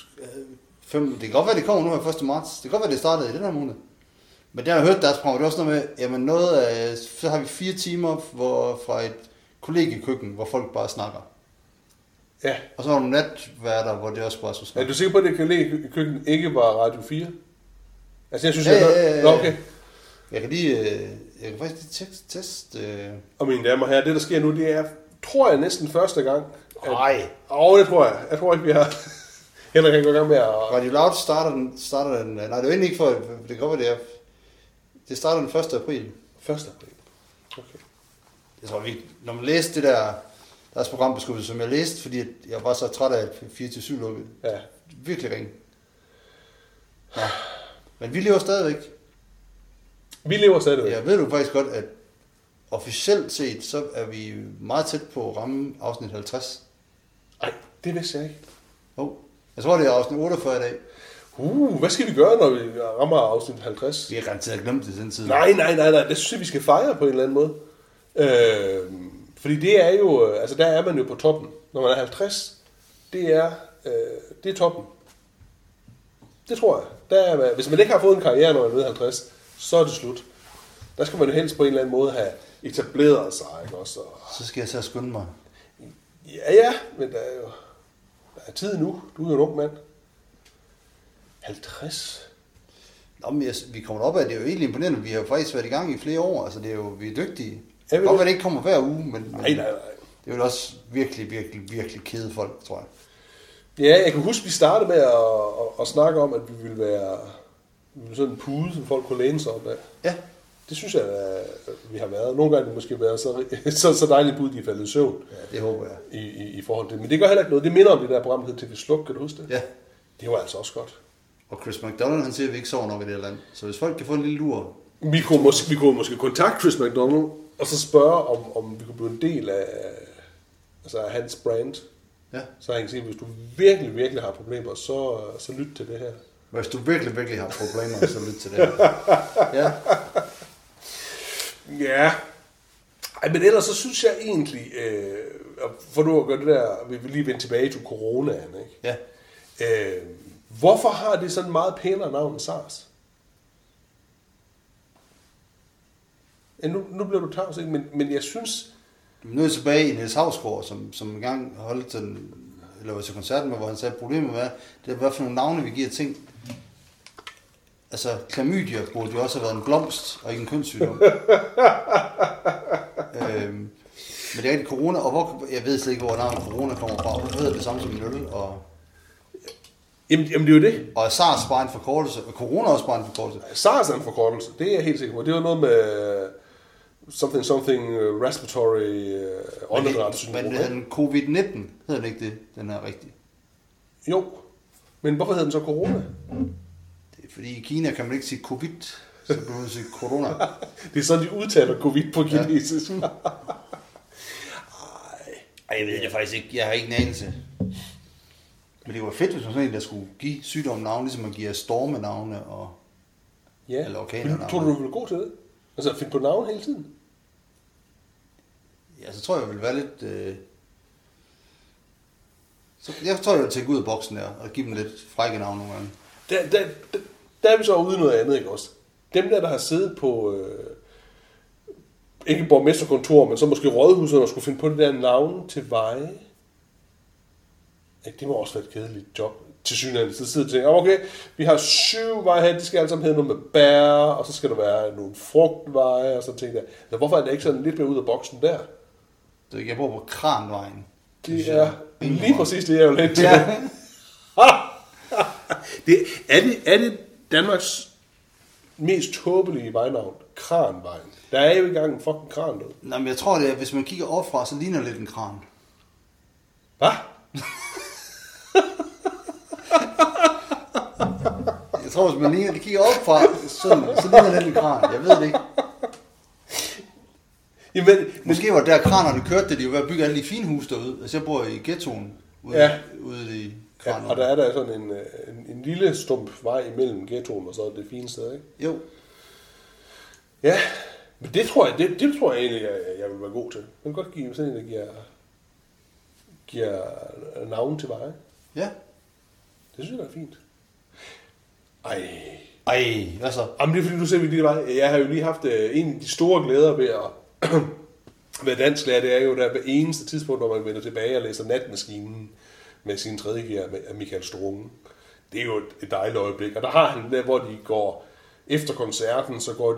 S2: Det kan godt være, det kommer nu her 1. marts. Det kan godt være, det startede i den her måned. Men der har jeg hørt deres program, det er også noget med, jamen så har vi 4 timer fra et kollegiekøkken, hvor folk bare snakker.
S1: Ja.
S2: Og så var der nogle natværter, hvor det også bare skulle snakke.
S1: Er du sikker på, at det kollegiekøkken ikke var Radio 4? Altså jeg synes,
S2: ja.
S1: Nå, okay.
S2: Jeg kan faktisk lige teste...
S1: Og mine damer og herrer, det der sker nu, det er, tror jeg, næsten første gang.
S2: Nej.
S1: Det tror jeg. Jeg tror ikke, vi har... Henrik kan gå i gang med at...
S2: Radio Loud starter den... Nej, det er jo egentlig ikke for... Det kan godt være, det er... Det starter den 1. april.
S1: 1. april. Okay.
S2: Jeg tror, når man læste det der... Deres programbeskrivelse, som jeg læste, fordi jeg var så træt af 4-7 lukket.
S1: Ja.
S2: Virkelig ringe. Ja. Men vi lever stadigvæk.
S1: Vi lever stadigvæk.
S2: Jeg ved du faktisk godt, at officielt set, så er vi meget tæt på at ramme afsnit 50.
S1: Nej, det vidste jeg ikke.
S2: Jeg tror, det er afsnit 48 i dag.
S1: Hvad skal vi gøre, når vi rammer afsnit 50?
S2: Vi har garanteret glemt det den tid.
S1: Nej. Det synes jeg, vi skal fejre på en eller anden måde. Fordi det er jo... Altså, der er man jo på toppen. Når man er 50, det er toppen. Det tror jeg. Hvis man ikke har fået en karriere, når man er 50, så er det slut. Der skal man jo helst på en eller anden måde have etableret sig, ikke også?
S2: Så skal jeg så skynde mig.
S1: Ja, men der er tid nu. Du er jo en ung mand. 50?
S2: Nå, men vi kommer op af, det er jo egentlig imponerende. Vi har jo faktisk været i gang i flere år. Altså, det er jo, vi er dygtige. Det kan godt være, det ikke kommer hver uge, men
S1: nej.
S2: Det er jo også virkelig kede folk, tror jeg.
S1: Ja, jeg kan huske, vi startede med at snakke om, at vi ville være sådan en pude, som folk kunne læne sig op af.
S2: Ja.
S1: Det synes jeg, at vi har været. Nogle gange det måske været så dejligt bud, de er faldet i søvn.
S2: Ja, det håber jeg.
S1: I forhold til. Men det gør heller ikke noget. Det minder om det der program, der hed TV Sluk, kan du huske det?
S2: Ja.
S1: Det var altså også godt.
S2: Og Chris McDonald, han siger, at vi ikke sover nok i det her land. Så hvis folk kan få en lille lur...
S1: Vi kunne måske kontakte Chris McDonald, og så spørge, om vi kunne blive en del af hans brand.
S2: Ja.
S1: Så han kan sige, hvis du virkelig, virkelig har problemer, så lyt til det her.
S2: Hvis du virkelig, virkelig har problemer, så lyt til det her. Ja.
S1: Ja. Ej, men ellers så synes jeg egentlig, for nu at gøre det der, vi vil lige vende tilbage til coronaen, ikke?
S2: Ja.
S1: Hvorfor har det sådan meget pænere navn end SARS? Ja, nu bliver du tavs, ikke? Men jeg synes...
S2: Nu er jeg tilbage i Niels Hausgaard, som engang holdt til koncerten med, hvor han sagde, at problemet var, det er hvad for nogle navne, vi giver ting. Altså, klamydia burde jo også have været en blomst, og ikke en kønssygdom. Men det er rigtig corona, og jeg ved slet ikke, hvor navnet corona kommer fra. Hvorfor hedder det samme som en øl?
S1: Jamen, det er jo det.
S2: Og SARS bare en forkortelse, og corona også bare en forkortelse.
S1: SARS er en forkortelse, det er jeg helt sikker på. Det var noget med something respiratory åndedrætssyndrom.
S2: Men den COVID-19 hedder det ikke det, den er rigtig.
S1: Jo, men hvorfor hedder den så corona?
S2: Det er fordi i Kina kan man ikke sige covid, så kan man sige corona.
S1: Det er sådan, de udtaler covid på kinesisk. Ja.
S2: Ej, jeg ved det faktisk ikke. Jeg har ikke en anelse. Men det var fedt, hvis man sådan en, der skulle give sygdommen navne, ligesom man giver stormenavne og eller orkanernavne.
S1: Tror du ville gå til det? Altså at finde på navn hele tiden?
S2: Ja, så tror jeg vil være lidt... Jeg tror, jeg vil tænke ud af boksen der, og give dem lidt frække navn nogle gange.
S1: Der er vi så ude i noget andet, ikke også? Dem der har siddet på... ikke borgmesterkontor, men så måske rådhuset, og skulle finde på det der navn til veje. Ja, det må også være et kedeligt job. Til synligheden, så sidder og tænker, okay, vi har 7 veje her, de skal alle sammen hedde noget med bær, og så skal der være nogle frugtveje, og sådan ting der. Så hvorfor er det ikke sådan lidt mere ud af boksen der?
S2: Så jeg bor på Kranvejen.
S1: Det er lige præcis det, jeg vil hen til. Er det Danmarks mest tåbelige vejnavn? Kranvejen. Der er jo i gang en fucking kran derude.
S2: Nej, men jeg tror det, at hvis man kigger opfra, så ligner det lidt en kran.
S1: Hvad?
S2: Jeg tror, hvis man kigger opfra, så ligner det lidt en kran. Jeg ved det ikke.
S1: Jamen,
S2: måske var der kranerne kørte, da de var ved at bygge alle de fine huse derude. Altså jeg bor i ghettoen ude i Kranerne.
S1: Ja, og der er der sådan en lille stump vej imellem ghettoen og så det fine sted, ikke?
S2: Jo.
S1: Ja, men det tror jeg egentlig, jeg vil være god til. Man kan godt give sådan en, der giver navn til veje.
S2: Ja.
S1: Det synes jeg er fint.
S2: Ej, hvad så?
S1: Jamen det er fordi, du ser, vi lige vej. Jeg har jo lige haft en af de store glæder ved at være dansklærer. Det er jo der hver eneste tidspunkt, når man vender tilbage og læser Natmaskinen med sin 3. gear af Michael Strunge. Det er jo et dejligt øjeblik. Og der har han der, hvor de går efter koncerten, så går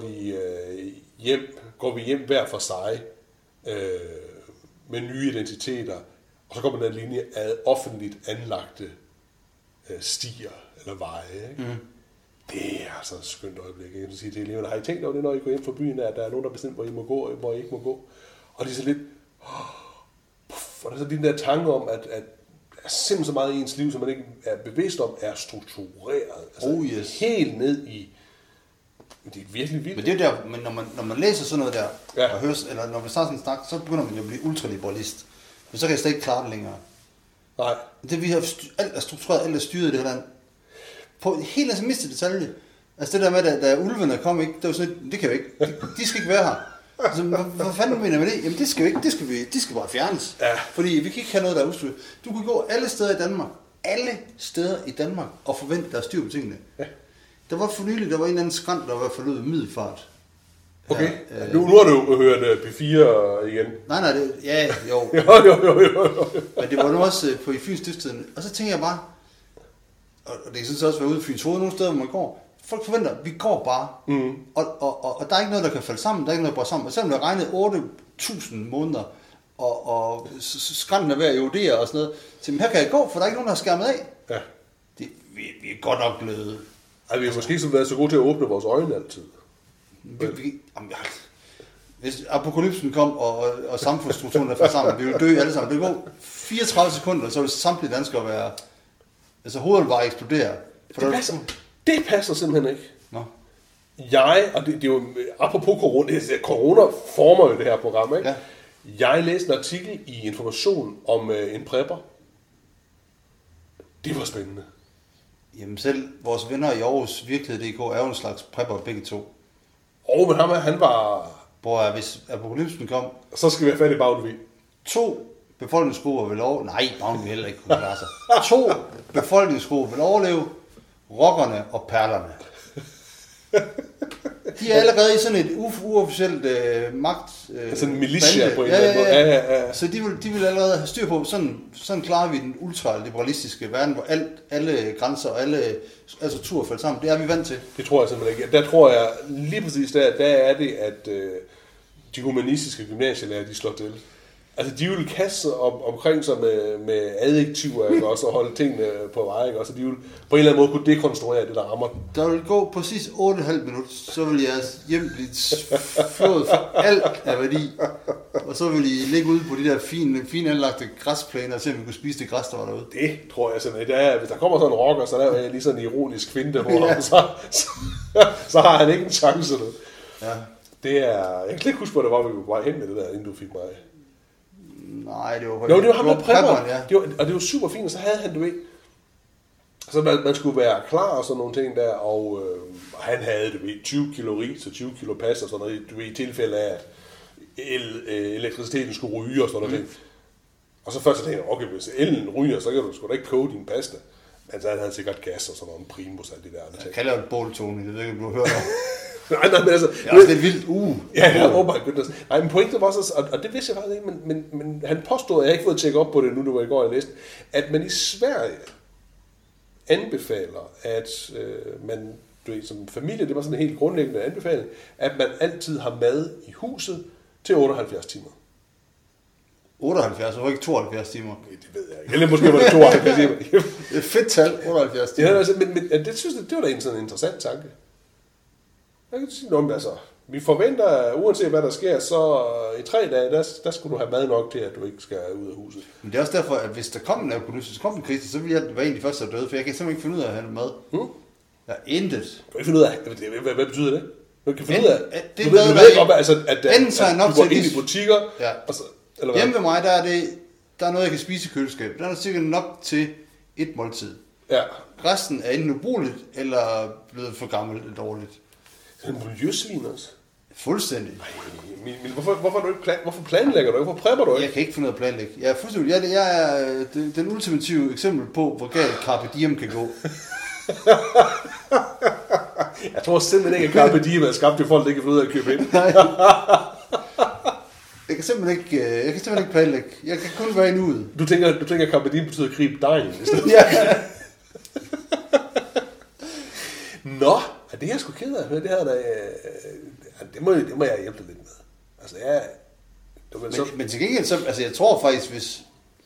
S1: vi hjem hver for sig med nye identiteter. Og så kommer den linje af offentligt anlagte stier eller veje. Ikke? Mm. Det er altså et skønt øjeblik. Jeg kan sige til eleverne, har I tænkt over det, når I går hjem fra byen, at der er nogen, der bestemt, hvor I må gå, og hvor I ikke må gå? Og det er så lidt... og der er så den der tanke om, at der er simpelthen så meget i ens liv, som man ikke er bevidst om, er struktureret. Altså
S2: yes.
S1: Helt ned i... Det er virkelig vildt.
S2: Men det er der, men når man læser sådan noget der,
S1: ja.
S2: Og hører, eller når man starter sådan en snak, så begynder man jo at blive ultraliberalist. Men så kan jeg slet ikke klare det længere.
S1: Nej.
S2: Det vi har alt er struktureret, alt er styret i det her land. På helt altså mindste detalje. Altså det der med, da ulvene kom, ikke, det var sådan, det kan vi ikke. De skal ikke være her. Altså, hvad fanden mener med det? Jamen det skal vi ikke. De skal bare fjernes.
S1: Ja.
S2: Fordi vi kan ikke have noget, der er udstyret. Du kan gå alle steder i Danmark, og forvente, der er styr på tingene. Ja. Der var for nylig, der var en eller anden skrant, der var forløbet i middelfart.
S1: Okay. Nu har du jo hørt P4 igen.
S2: Nej, jo.
S1: jo.
S2: Men det var nu også på i Fyns Stiftstidende. Og så tænker jeg bare, og det kan sådan også være ude i Fyns Hoved nogle steder, hvor man går. Folk forventer, vi går bare. Mm. Og der er ikke noget, der kan falde sammen. Der er ikke noget, der brænder sammen. Og selvom der regnede 8.000 måneder, og skrænten er ved at erodere og sådan noget. Så her kan jeg gå, for der er ikke nogen, der har skærmet af.
S1: Ja.
S2: Vi er godt nok blevet...
S1: Vi har måske ikke været så gode til at åbne vores øjne altid.
S2: Hvis apokalypsen kom, og samfundsstrukturen er faldet sammen, vi vil dø alle sammen. Det vil gå 34 sekunder, så vil samtlige danskere være... Altså hovedet bare eksplodere.
S1: Det passer simpelthen ikke.
S2: Nå.
S1: Og det er jo, apropos corona former jo det her program, ikke?
S2: Ja.
S1: Jeg læste en artikel i Information om en prepper. Det var spændende.
S2: Jamen selv vores venner i Aarhus Virkelighed.dk er jo en slags prepper begge to.
S1: Men han var...
S2: Hvor hvis apokalypsen kom,
S1: Så skal vi have fat i Bavnevig.
S2: 2 befolkningsgrupper vil overleve. Nej, Bavnevig heller ikke kunne klare sig. 2 befolkningsgrupper vil overleve. Rockerne og perlerne. De er allerede i sådan et uofficielt magt...
S1: sådan en militia på en
S2: eller
S1: anden måde. Ja.
S2: Så de vil allerede have styr på, sådan klarer vi den ultraliberalistiske verden, hvor alle grænser og alle strukturer falder sammen. Det er vi vant til.
S1: Det tror jeg simpelthen ikke. Der tror jeg lige præcis, der er det, at de humanistiske gymnasielærer, de slår til. Altså, de vil kaste sig omkring sig med adjektiver, ikke? Også, og holde tingene på vej, ikke? Også, de vil på en eller anden måde kunne dekonstruere det, der rammer den.
S2: Der vil gå præcis 8,5 minutter, så vil jeres hjem blive flået for alt af værdi. Og så vil I ligge ude på de der fine anlagte græsplæner, og se om vi kunne spise det græs, der var derude.
S1: Det tror jeg simpelthen. Hvis der kommer sådan en rocker, så der er lige sådan en ironisk kvinde, hvor så har han ikke en chance. Nu.
S2: Ja.
S1: Det er... Jeg kan ikke huske, hvor det var, vi var hen med det der, inden du fik mig.
S2: Nej, det var...
S1: Jo, det var ham, der prepperen.
S2: Ja.
S1: Og det var super fint, og så havde han, du ved... Så man skulle være klar og sådan nogle ting der, og han havde, du ved, 20 kilo ris og 20 kilo pas og sådan noget, du ved, i tilfælde af, at elektriciteten skulle ryge og sådan noget. Og så først så tænkte jeg, okay, hvis elen ryger, så kan du sgu da ikke koge din pasta. Men så havde han sikkert gas og sådan noget, primus og alt det der.
S2: Jeg kalder det båltone, det ved ikke, om du har hørt om.
S1: Nej, men altså...
S2: Det er også lidt vildt.
S1: Ja, oh my goodness. Nej, men pointet var så, og det vidste jeg faktisk ikke, men han påstod, at jeg ikke fået tjekket op på det nu, det var i går, jeg læste, at man i Sverige anbefaler, at man, du ved, som familie, det var sådan en helt grundlæggende anbefaling, at man altid har mad i huset til 78 timer.
S2: 78, og ikke 72 timer.
S1: Det ved jeg ikke. Eller måske var det 72 timer.
S2: Det er et fedt tal, 78 timer.
S1: Ja, altså, men det synes jeg, det var da en sådan interessant tanke. Jeg kan sige noget om, altså, vi forventer, uanset hvad der sker, så i 3 dage, der skulle du have mad nok til, at du ikke skal ud af huset.
S2: Men det er også derfor, at hvis der kom en apokalypse, så krise, så vil jeg være en af de første, der døde, for jeg kan simpelthen ikke finde ud af at have mad. Jeg er intet.
S1: Du kan ikke finde ud af, hvad betyder det? Du kan finde ud af,
S2: det
S1: du ved ikke op, altså, at
S2: du
S1: går ind i butikker,
S2: ja.
S1: og så, eller hvad?
S2: Hjemme ved mig, der er noget, jeg kan spise i køleskabet. Der er cirka nok til et måltid.
S1: Ja.
S2: Resten er enten ubrugeligt, eller blevet for gammelt eller dårligt.
S1: En miljøsvin også.
S2: Fuldstændig.
S1: Men hvorfor planlægger du ikke? Hvorfor prepper du ikke?
S2: Jeg kan ikke finde ud af at planlægge. Jeg er fuldstændig. Jeg er den ultimative eksempel på, hvor galt Carpe Diem kan gå.
S1: Jeg tror simpelthen ikke, at Carpe Diem er skabt til folk, der ikke kan finde ud af at købe ind.
S2: Nej. Jeg kan simpelthen ikke planlægge. Jeg kan kun være en ud.
S1: Du tænker, at Carpe Diem betyder grib dejen i stedet?
S2: Ja.
S1: Nå, det er jeg sgu ked af at høre. Det her, det må jeg hjælpe lidt med. Altså,
S2: Men til gengæld, så, altså, jeg tror faktisk, hvis...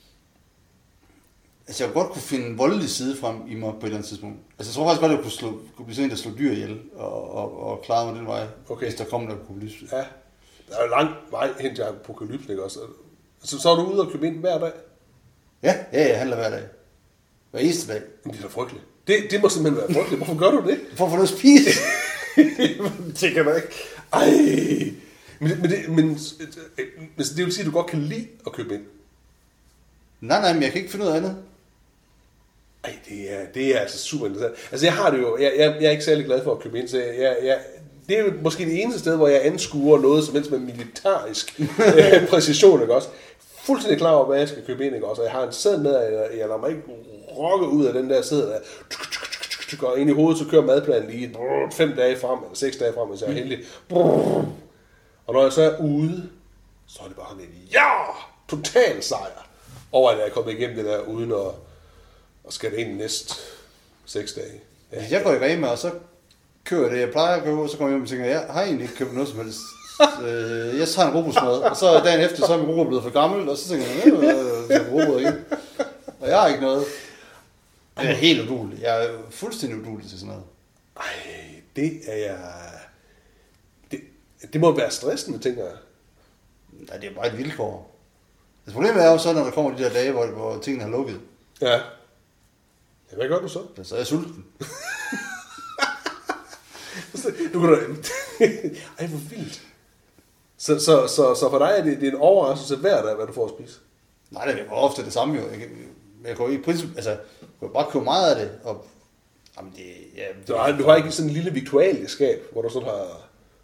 S2: Altså, jeg godt kunne finde en voldelig side frem i mig på et eller andet tidspunkt. Altså, jeg tror faktisk godt, at jeg kunne blive sådan en, der slog dyr ihjel og klare mig den vej, hvis der kom en apokalypse.
S1: Ja, der er jo lang vej hen til apokalypsen, ikke også? Så er du ude og købe ind hver dag?
S2: Ja, jeg handler hver dag. Hver eneste dag.
S1: Men det er da frygteligt. Det må simpelthen være frygteligt. Hvorfor gør du det?
S2: For at få noget at spise.
S1: Det kan man ikke. Ej. Men det vil sige, at du godt kan lide at købe ind.
S2: Nej, men jeg kan ikke finde noget andet.
S1: Ej, det er altså super interessant. Altså, jeg har det jo, jeg er ikke særlig glad for at købe ind, så det er jo måske det eneste sted, hvor jeg anskuer noget som helst med militarisk præcision, ikke også? Fuldstændig klar over, hvad jeg skal købe ind, ikke også? Og jeg har en sæd med, at jeg lader mig ikke rokke ud af den der sæd, der går ind i hovedet, så kører madplanen lige 5 dage frem, eller 6 dage frem, hvis jeg er heldig. Og når jeg så er ude, så er det bare en total sejr over, at jeg er kommet igennem det der, uden at skal det ind næste 6 dage.
S2: Ja. Hvis jeg går i Rema, og så kører jeg det, jeg plejer at købe, og så kommer jeg hjem og tænker, jeg har egentlig ikke købt noget som helst. Jeg tager en robotsmad, og så dagen efter, så er min robot blevet for gammel, og så tænker jeg, robot igen. Og jeg har ikke noget. Jeg er helt uduelig. Jeg er fuldstændig uduelig til sådan noget.
S1: Ej, det er jeg... Det må være stressende, tænker jeg.
S2: Nej, det er bare et vilkår. Altså, problemet er jo så, når der kommer de der dage, hvor tingene har lukket.
S1: Ja. Hvad gør du så?
S2: Så er jeg sulten.
S1: Du kan ej, hvor vildt. Så for dig er det en overraskelse hver dag, hvad du får at spise?
S2: Nej, det er ofte det samme jo. Jeg går i princip, altså, jeg kan bare købe meget af det, og jamen det, ja,
S1: du har ikke sådan en lille viktualieskab, hvor du sådan har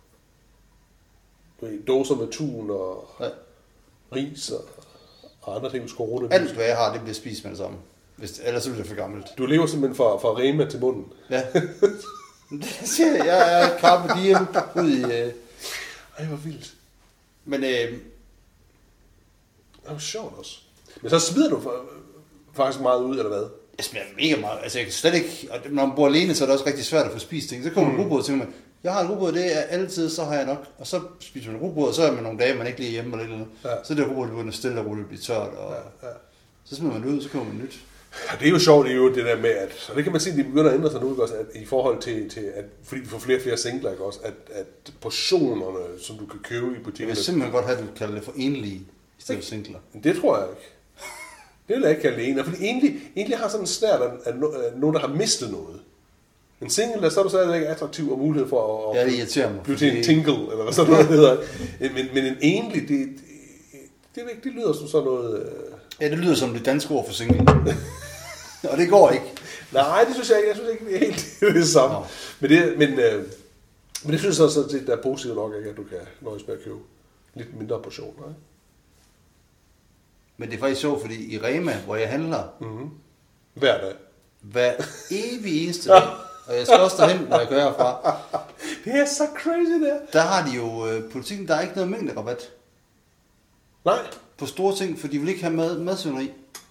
S1: dåser med tun og ris og andre ting, du skal runde.
S2: Alt, hvad jeg har, det bliver spist med det samme. Ellers så bliver det for gammelt.
S1: Du lever simpelthen fra Rema til munden.
S2: Ja. Det siger jeg. Jeg er Carpe Diem ud i...
S1: Ej, hvor vildt.
S2: Men...
S1: Det var sjovt også. Men så smider du faktisk meget ud, eller hvad?
S2: Jeg smider mega meget. Altså, jeg kan slet ikke... Og når man bor alene, så er det også rigtig svært at få spist ting. Så kommer man rugbrød, og tænker man, jeg har et rugbrød, det er altid, så har jeg nok. Og så spiser man rugbrød, og så er man nogle dage, man ikke lige hjemme eller noget. Ja. Så er det rugbrød, det begynder stille og roligt blive tørt, og så smider man det ud, så kommer man nyt.
S1: Ja, det er jo sjovt, det er jo det der med, at, og det kan man se, at de begynder at ændre sig nu, også, at i forhold til at, fordi vi får flere og flere singler, ikke, også, at portionerne, som du kan købe i butikkerne...
S2: Jeg vil simpelthen godt have, at du kalder det for enlige, i stedet for singler.
S1: Det tror jeg ikke. Det vil jeg ikke kalde det enlige, fordi egentlig har sådan en snært af nogen, der har mistet noget. En single, der så er du stadigvæk attraktiv og mulighed for at blive til en tingle, eller hvad sådan noget hedder. Men en enlig, det lyder som sådan noget...
S2: Ja, det lyder som det danske ord for single. Og det går ikke.
S1: Nej, det synes jeg ikke. Jeg synes ikke, det er helt det samme. No. Men det synes jeg også, at det er positivt nok, at du kan nøjes med at købe lidt mindre portioner. Ikke?
S2: Men det er faktisk sjovt, fordi i Rema, hvor jeg handler...
S1: Hver dag.
S2: Hver evig eneste dag. Og jeg skal også derhen, hvor jeg kører herfra.
S1: Det er så crazy der.
S2: Der har de jo politikken, der er ikke noget mængderabat.
S1: Nej.
S2: På store ting, for de vil ikke have madsvineri.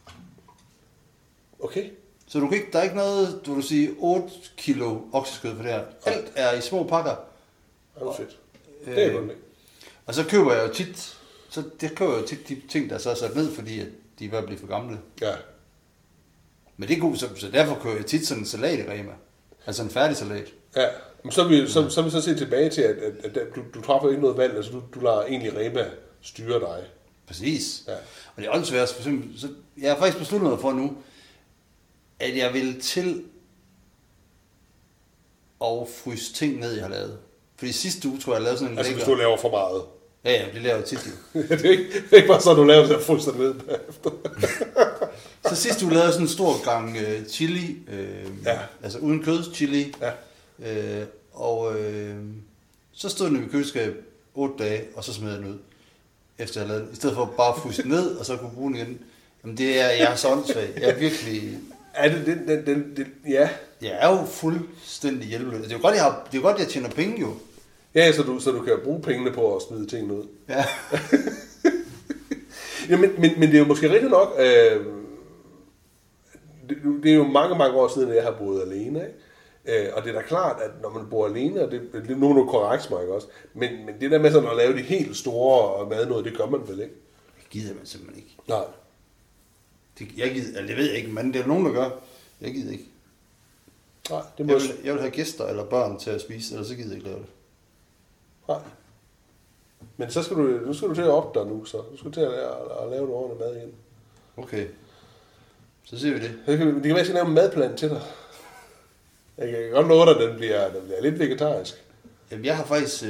S1: Okay.
S2: Så du kan ikke, der er ikke noget, du vil sige, 8 kilo okseskød for det her. Alt er i små pakker.
S1: Det er fedt. Det er godt med.
S2: Og så køber jeg jo tit, de ting, der så er sat ned, fordi at de er ved at blive for gamle.
S1: Ja.
S2: Men det er godt, så derfor køber jeg tit sådan en salat i Rema. Altså en færdig salat.
S1: Ja, men så er vi så set tilbage til, at du træffer ikke noget valg, altså du lader egentlig Rema styre dig.
S2: Præcis.
S1: Ja.
S2: Og det er også svært, for eksempel, så jeg har faktisk besluttet mig for nu, at jeg vil til at fryse ting ned, jeg har lavet. Fordi sidste uge, tror jeg lavede sådan en
S1: altså, hvis du laver for meget.
S2: Ja, det laver jeg tit jo.
S1: det er ikke bare sådan, du laver det, at fryse dig ned bagefter.
S2: Så sidste uge lavede jeg sådan en stor gang chili, altså uden kød chili.
S1: Ja.
S2: Så stod den i køleskab 8 dage, og så smed jeg den ud. Efter jeg lavede den. I stedet for bare at fryse den ned, og så kunne bruge den igen. Jamen jeg er så åndssvag. Jeg er virkelig...
S1: Ja.
S2: Jeg er jo fuldstændig hjælpeløs. Det er jo godt, jeg tjener penge jo.
S1: Ja, så du kan bruge pengene på at smide tingene ud.
S2: Ja.
S1: Ja, men det er jo måske rigtigt nok... Det er jo mange, mange år siden, at jeg har boet alene, ikke? Og det er da klart, at når man bor alene, og det er nu korrekt mig også, men det der med sådan at lave de helt store madnød, det gør man vel ikke?
S2: Det gider man simpelthen ikke.
S1: Nej.
S2: Det ved jeg ikke, men det er nogen, der gør. Jeg gider ikke.
S1: Nej, det
S2: må jeg vil have gæster eller børn til at spise, ellers så gider jeg ikke lave det.
S1: Nej. Men så skal du til at op der nu, så. Du skal til at lave noget ordentligt mad igen.
S2: Okay. Så ser vi det.
S1: Det kan være, at jeg skal lave en madplan til dig. Jeg kan godt love dig, at den bliver lidt vegetarisk.
S2: Jamen, jeg har faktisk...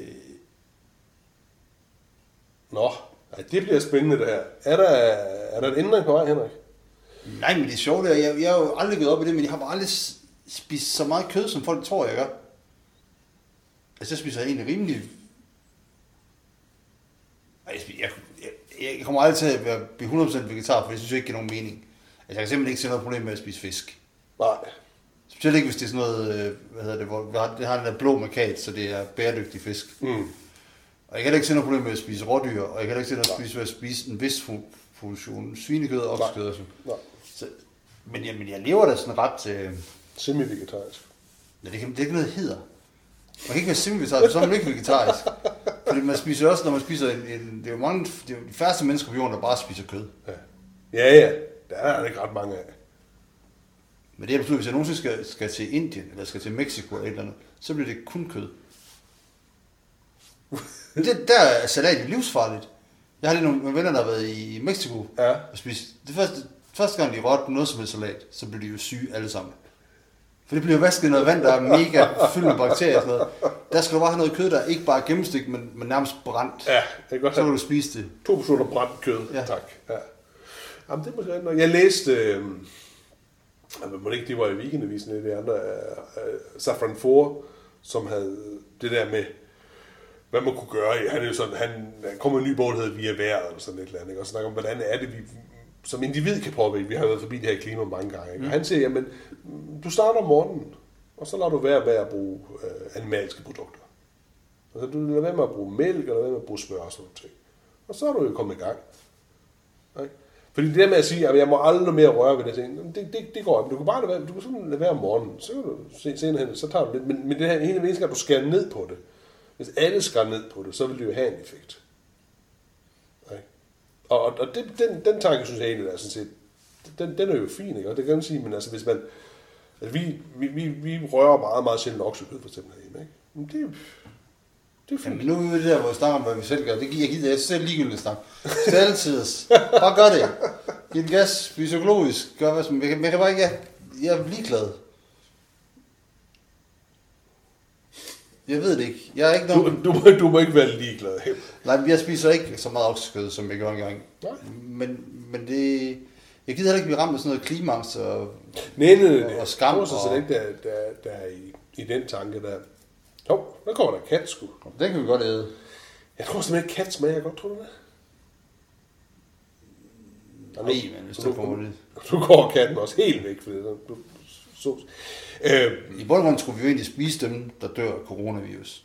S1: Nå, det bliver spændende det her. Er der en ændring på vej, Henrik?
S2: Nej, men det er sjovt. Jeg har jo aldrig gået op i det, men jeg har bare aldrig spist så meget kød, som folk tror, jeg gør. Altså, jeg spiser egentlig rimelig... Jeg kommer aldrig til at blive 100% vegetar, for det synes jeg ikke giver nogen mening. Altså, jeg kan simpelthen ikke se noget problem med at spise fisk.
S1: Nej.
S2: Specielt ikke, hvis det er sådan noget, hvor det har den der blå markat, så det er bæredygtig fisk. Og jeg kan ikke se noget problem med at spise rådyr, og jeg kan ikke se noget at spise en vis produktion svinekød og oksekød og sådan. Men jeg lever da sådan ret...
S1: Semi-vegetarisk.
S2: Ja, det er ikke noget, der hedder. Man kan ikke være semi-vegetarisk, så er man ikke vegetarisk. Fordi man spiser også, når man spiser det er jo de færreste mennesker på jorden, der bare spiser kød.
S1: Ja. Der er ikke ret mange af.
S2: Men det er betydet, hvis jeg nogensinde skal til Indien, eller skal til Mexico eller et eller andet, så bliver det kun kød. Der er salat livsfarligt. Jeg har lige nogle venner, der har været i Mexico og spist. Det første gang, de rørte noget som helst salat, så blev de jo syge alle sammen. For det bliver vasket i noget vand, der er mega fyldt med bakterier og sådan noget. Der skal du bare have noget kød, der ikke bare er gennemstegt, men nærmest brændt.
S1: Ja, det kan godt.
S2: Så kan du spise det.
S1: 2 portioner brændt kød,
S2: ja.
S1: Tak. Ja. Jamen, det er måske nok. Jeg læste, må det ikke, det var i Weekendavisen, det andre, Safran Foer, som havde det der med, hvad man kunne gøre. Han er jo sådan, han kom med en ny bog, der hedder Via Vejret, eller sådan et eller andet, og snakker om, hvordan er det, vi som individ kan påvirke. Vi har været forbi det her klima mange gange. Ikke? Og han siger, jamen, du starter om morgenen, og så lader du være med at bruge animalske produkter. Altså, du lader være med at bruge mælk, eller være med at bruge smør og sådan noget. Og så er du jo kommet i gang. Ikke? Fordi det der med at sige, at jeg må aldrig mere røre ved det, det går ikke. Du kan bare lade være om morgenen, så kan du senere hen, så tager du lidt. Men det her hele menneske, at du skærer ned på det. Hvis alle skærer ned på det, så vil det jo have en effekt. Okay. Og den tanke, synes jeg egentlig, er sådan set, den er jo fin, ikke? Og det kan man sige, men altså hvis man, altså vi rører meget, meget sjældent oksekød for eksempel herhjemme, ikke? Men det er fint.
S2: Jamen nu er vi der, hvor vi snakker om, hvad vi selv gør. Jeg selv ligegyldigt snak. Det er altid. Bare gør det. Giv den gas, spis økologisk, gør hvad som... Jeg kan bare ikke... Jeg er ligeglad. Jeg ved det ikke. Jeg er ikke nogen...
S1: Du må ikke være ligeglad.
S2: Nej, jeg spiser ikke så meget oksekød, som jeg gjorde engang.
S1: Nej.
S2: Men det... Jeg gider heller ikke blive ramt af sådan noget klimaangst og skam.
S1: Jeg tror ikke, der er i den tanke der... Jo, der kommer der kat, sgu.
S2: Den kan vi godt æde.
S1: Jeg tror simpelthen ikke, kat smager godt, tror du det?
S2: Nej, men hvis du kommer det.
S1: Du går katten også helt væk, for det så.
S2: I bund og grund skulle vi jo egentlig spise dem, der dør af coronavirus.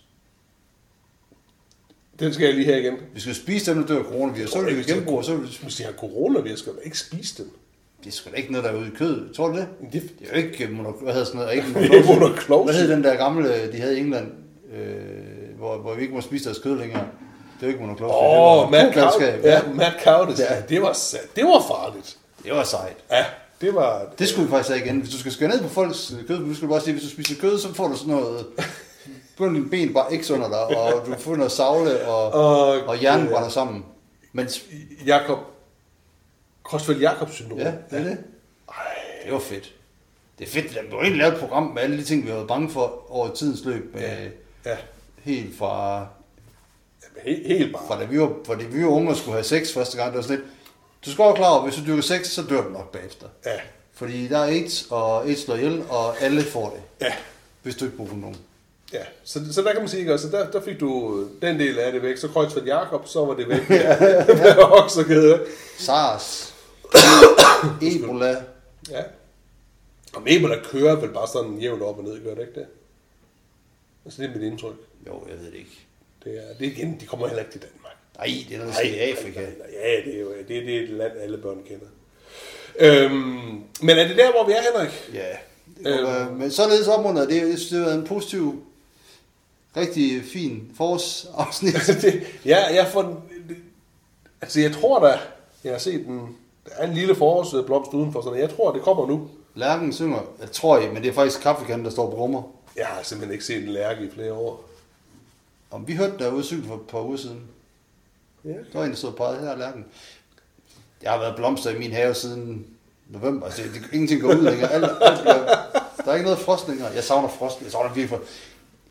S1: Den skal jeg lige have igen.
S2: Vi skal spise dem, der dør af coronavirus, så vil vi genbruge, så vil vi...
S1: Hvis de har coronavirus, skal du ikke spise dem.
S2: Det er sgu da ikke noget, der er ude i kød. Tror du det? Det er jo ikke hvad hedder sådan noget? Ikke
S1: Hvad
S2: hed den der gamle, de havde i England, hvor vi ikke må spise deres kød længere? Det er jo ikke monoklovs.
S1: Mad Cow, det var farligt.
S2: Det var sejt.
S1: Ja, det var...
S2: Det skulle vi faktisk have igen. Hvis du skal skære ned på folks kød, du skal bare sige, hvis du spiser kød, så får du sådan noget... Begynder dine ben bare ikke under dig, og du får noget savle, og hjernen brænder sammen. Mens...
S1: Crossfeld Jacobs syndrom.
S2: Ja, det er det. Det var fedt. Det er fedt, at vi har egentlig lavet et program med alle de ting, vi har været bange for over tidens løb.
S1: Ja.
S2: Helt fra...
S1: Helt bare.
S2: Fra da vi var unge og skulle have sex første gang, det var sådan lidt... Du skal også klar over, hvis du dyrker sex, så dør du nok bagefter.
S1: Ja.
S2: Fordi der er AIDS, og AIDS slår ihjel, og alle får det.
S1: Ja.
S2: Hvis du ikke bruger nogen.
S1: Ja, så der kan man sige, altså der fik du den del af det væk, så Kreuzfeldt Jakob, så var det væk. Ja.
S2: SARS. Ebola.
S1: Ja. Og Ebola kører vel bare sådan jævnt op og ned, gør det ikke det? Altså det er mit indtryk.
S2: Jo, jeg ved det ikke.
S1: Det er igen, de kommer heller ikke til Danmark.
S2: Nej, det er noget, der sker i Afrika.
S1: Ja, det er et land, alle børn kender. Men er det der, hvor vi er, Henrik?
S2: Ja. Men således opmuntret, det har været en positiv, rigtig fin forårsafsnit.
S1: Jeg får... Altså, jeg tror da, jeg har set der er en lille forårsblomst udenfor, så jeg tror, det kommer nu.
S2: Lærken synger, jeg tror ikke, men det er faktisk kaffekanden, der står på rummer.
S1: Jeg har simpelthen ikke set en lærke i flere år.
S2: Om vi hørte derude cykle for et par uger siden.
S1: Ja.
S2: Der var en, der stod på her lærken. Jeg har været blomster i min have siden november, altså ingenting går ud længere. Alt der er ikke noget frost længere. Jeg savner frosten. Jeg savner virkelig frost.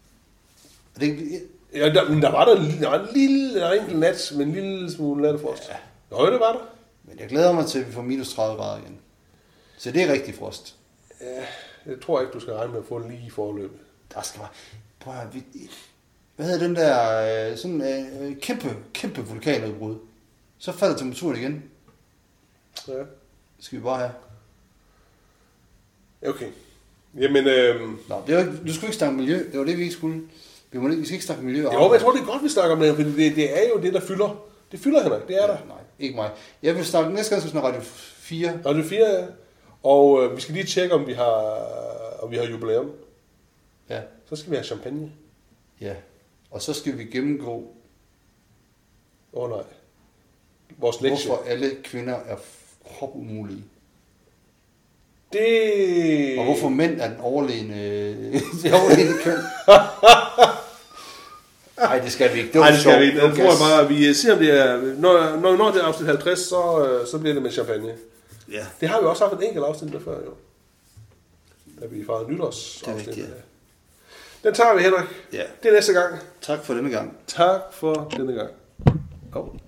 S1: Ja, der var en lille enkelt nat med en lille smule nattefrost. Ja. Nå, det var der.
S2: Men jeg glæder mig til, at vi får minus 30 grader igen. Så det er rigtig frost.
S1: Ja, jeg tror ikke, du skal regne med at få lige i forløbet.
S2: Der skal bare... Prøv at hvad hedder den der sådan kæmpe vulkanudbrud? Så falder temperaturen igen.
S1: Ja.
S2: Det skal vi bare have.
S1: Okay. Jamen...
S2: Nå, du skulle ikke snakke miljø. Det var det, vi ikke skulle. Vi skal ikke snakke miljø.
S1: Jo, men jeg tror, det er godt, vi snakker om det, for det er jo det, der fylder. Det fylder, Henrik. Det er der.
S2: Nej, ikke mig. Jeg vil snakke næste gang, skal snakke Radio 4.
S1: Radio 4, ja. Og vi skal lige tjekke, om vi har jubilæum.
S2: Ja.
S1: Så skal vi have champagne.
S2: Ja. Og så skal vi gennemgå...
S1: Nej. Vores lektie.
S2: Hvorfor alle kvinder er kropumulige.
S1: Det...
S2: Og hvorfor mænd er den overlegne køn. Nej, det skal vi ikke.
S1: Nej, det skal vi ikke. Jeg tror bare, vi ser, om det er... Når det er afsnit 50, så bliver det med champagne.
S2: Ja.
S1: Det har vi også haft en enkelt afsnit der før, jo. da vi fejrede nytårsafsnit.
S2: Det er rigtigt,
S1: Den tager vi, Henrik.
S2: Ja.
S1: Det er næste gang.
S2: Tak for denne gang.
S1: Tak for denne gang. Oh.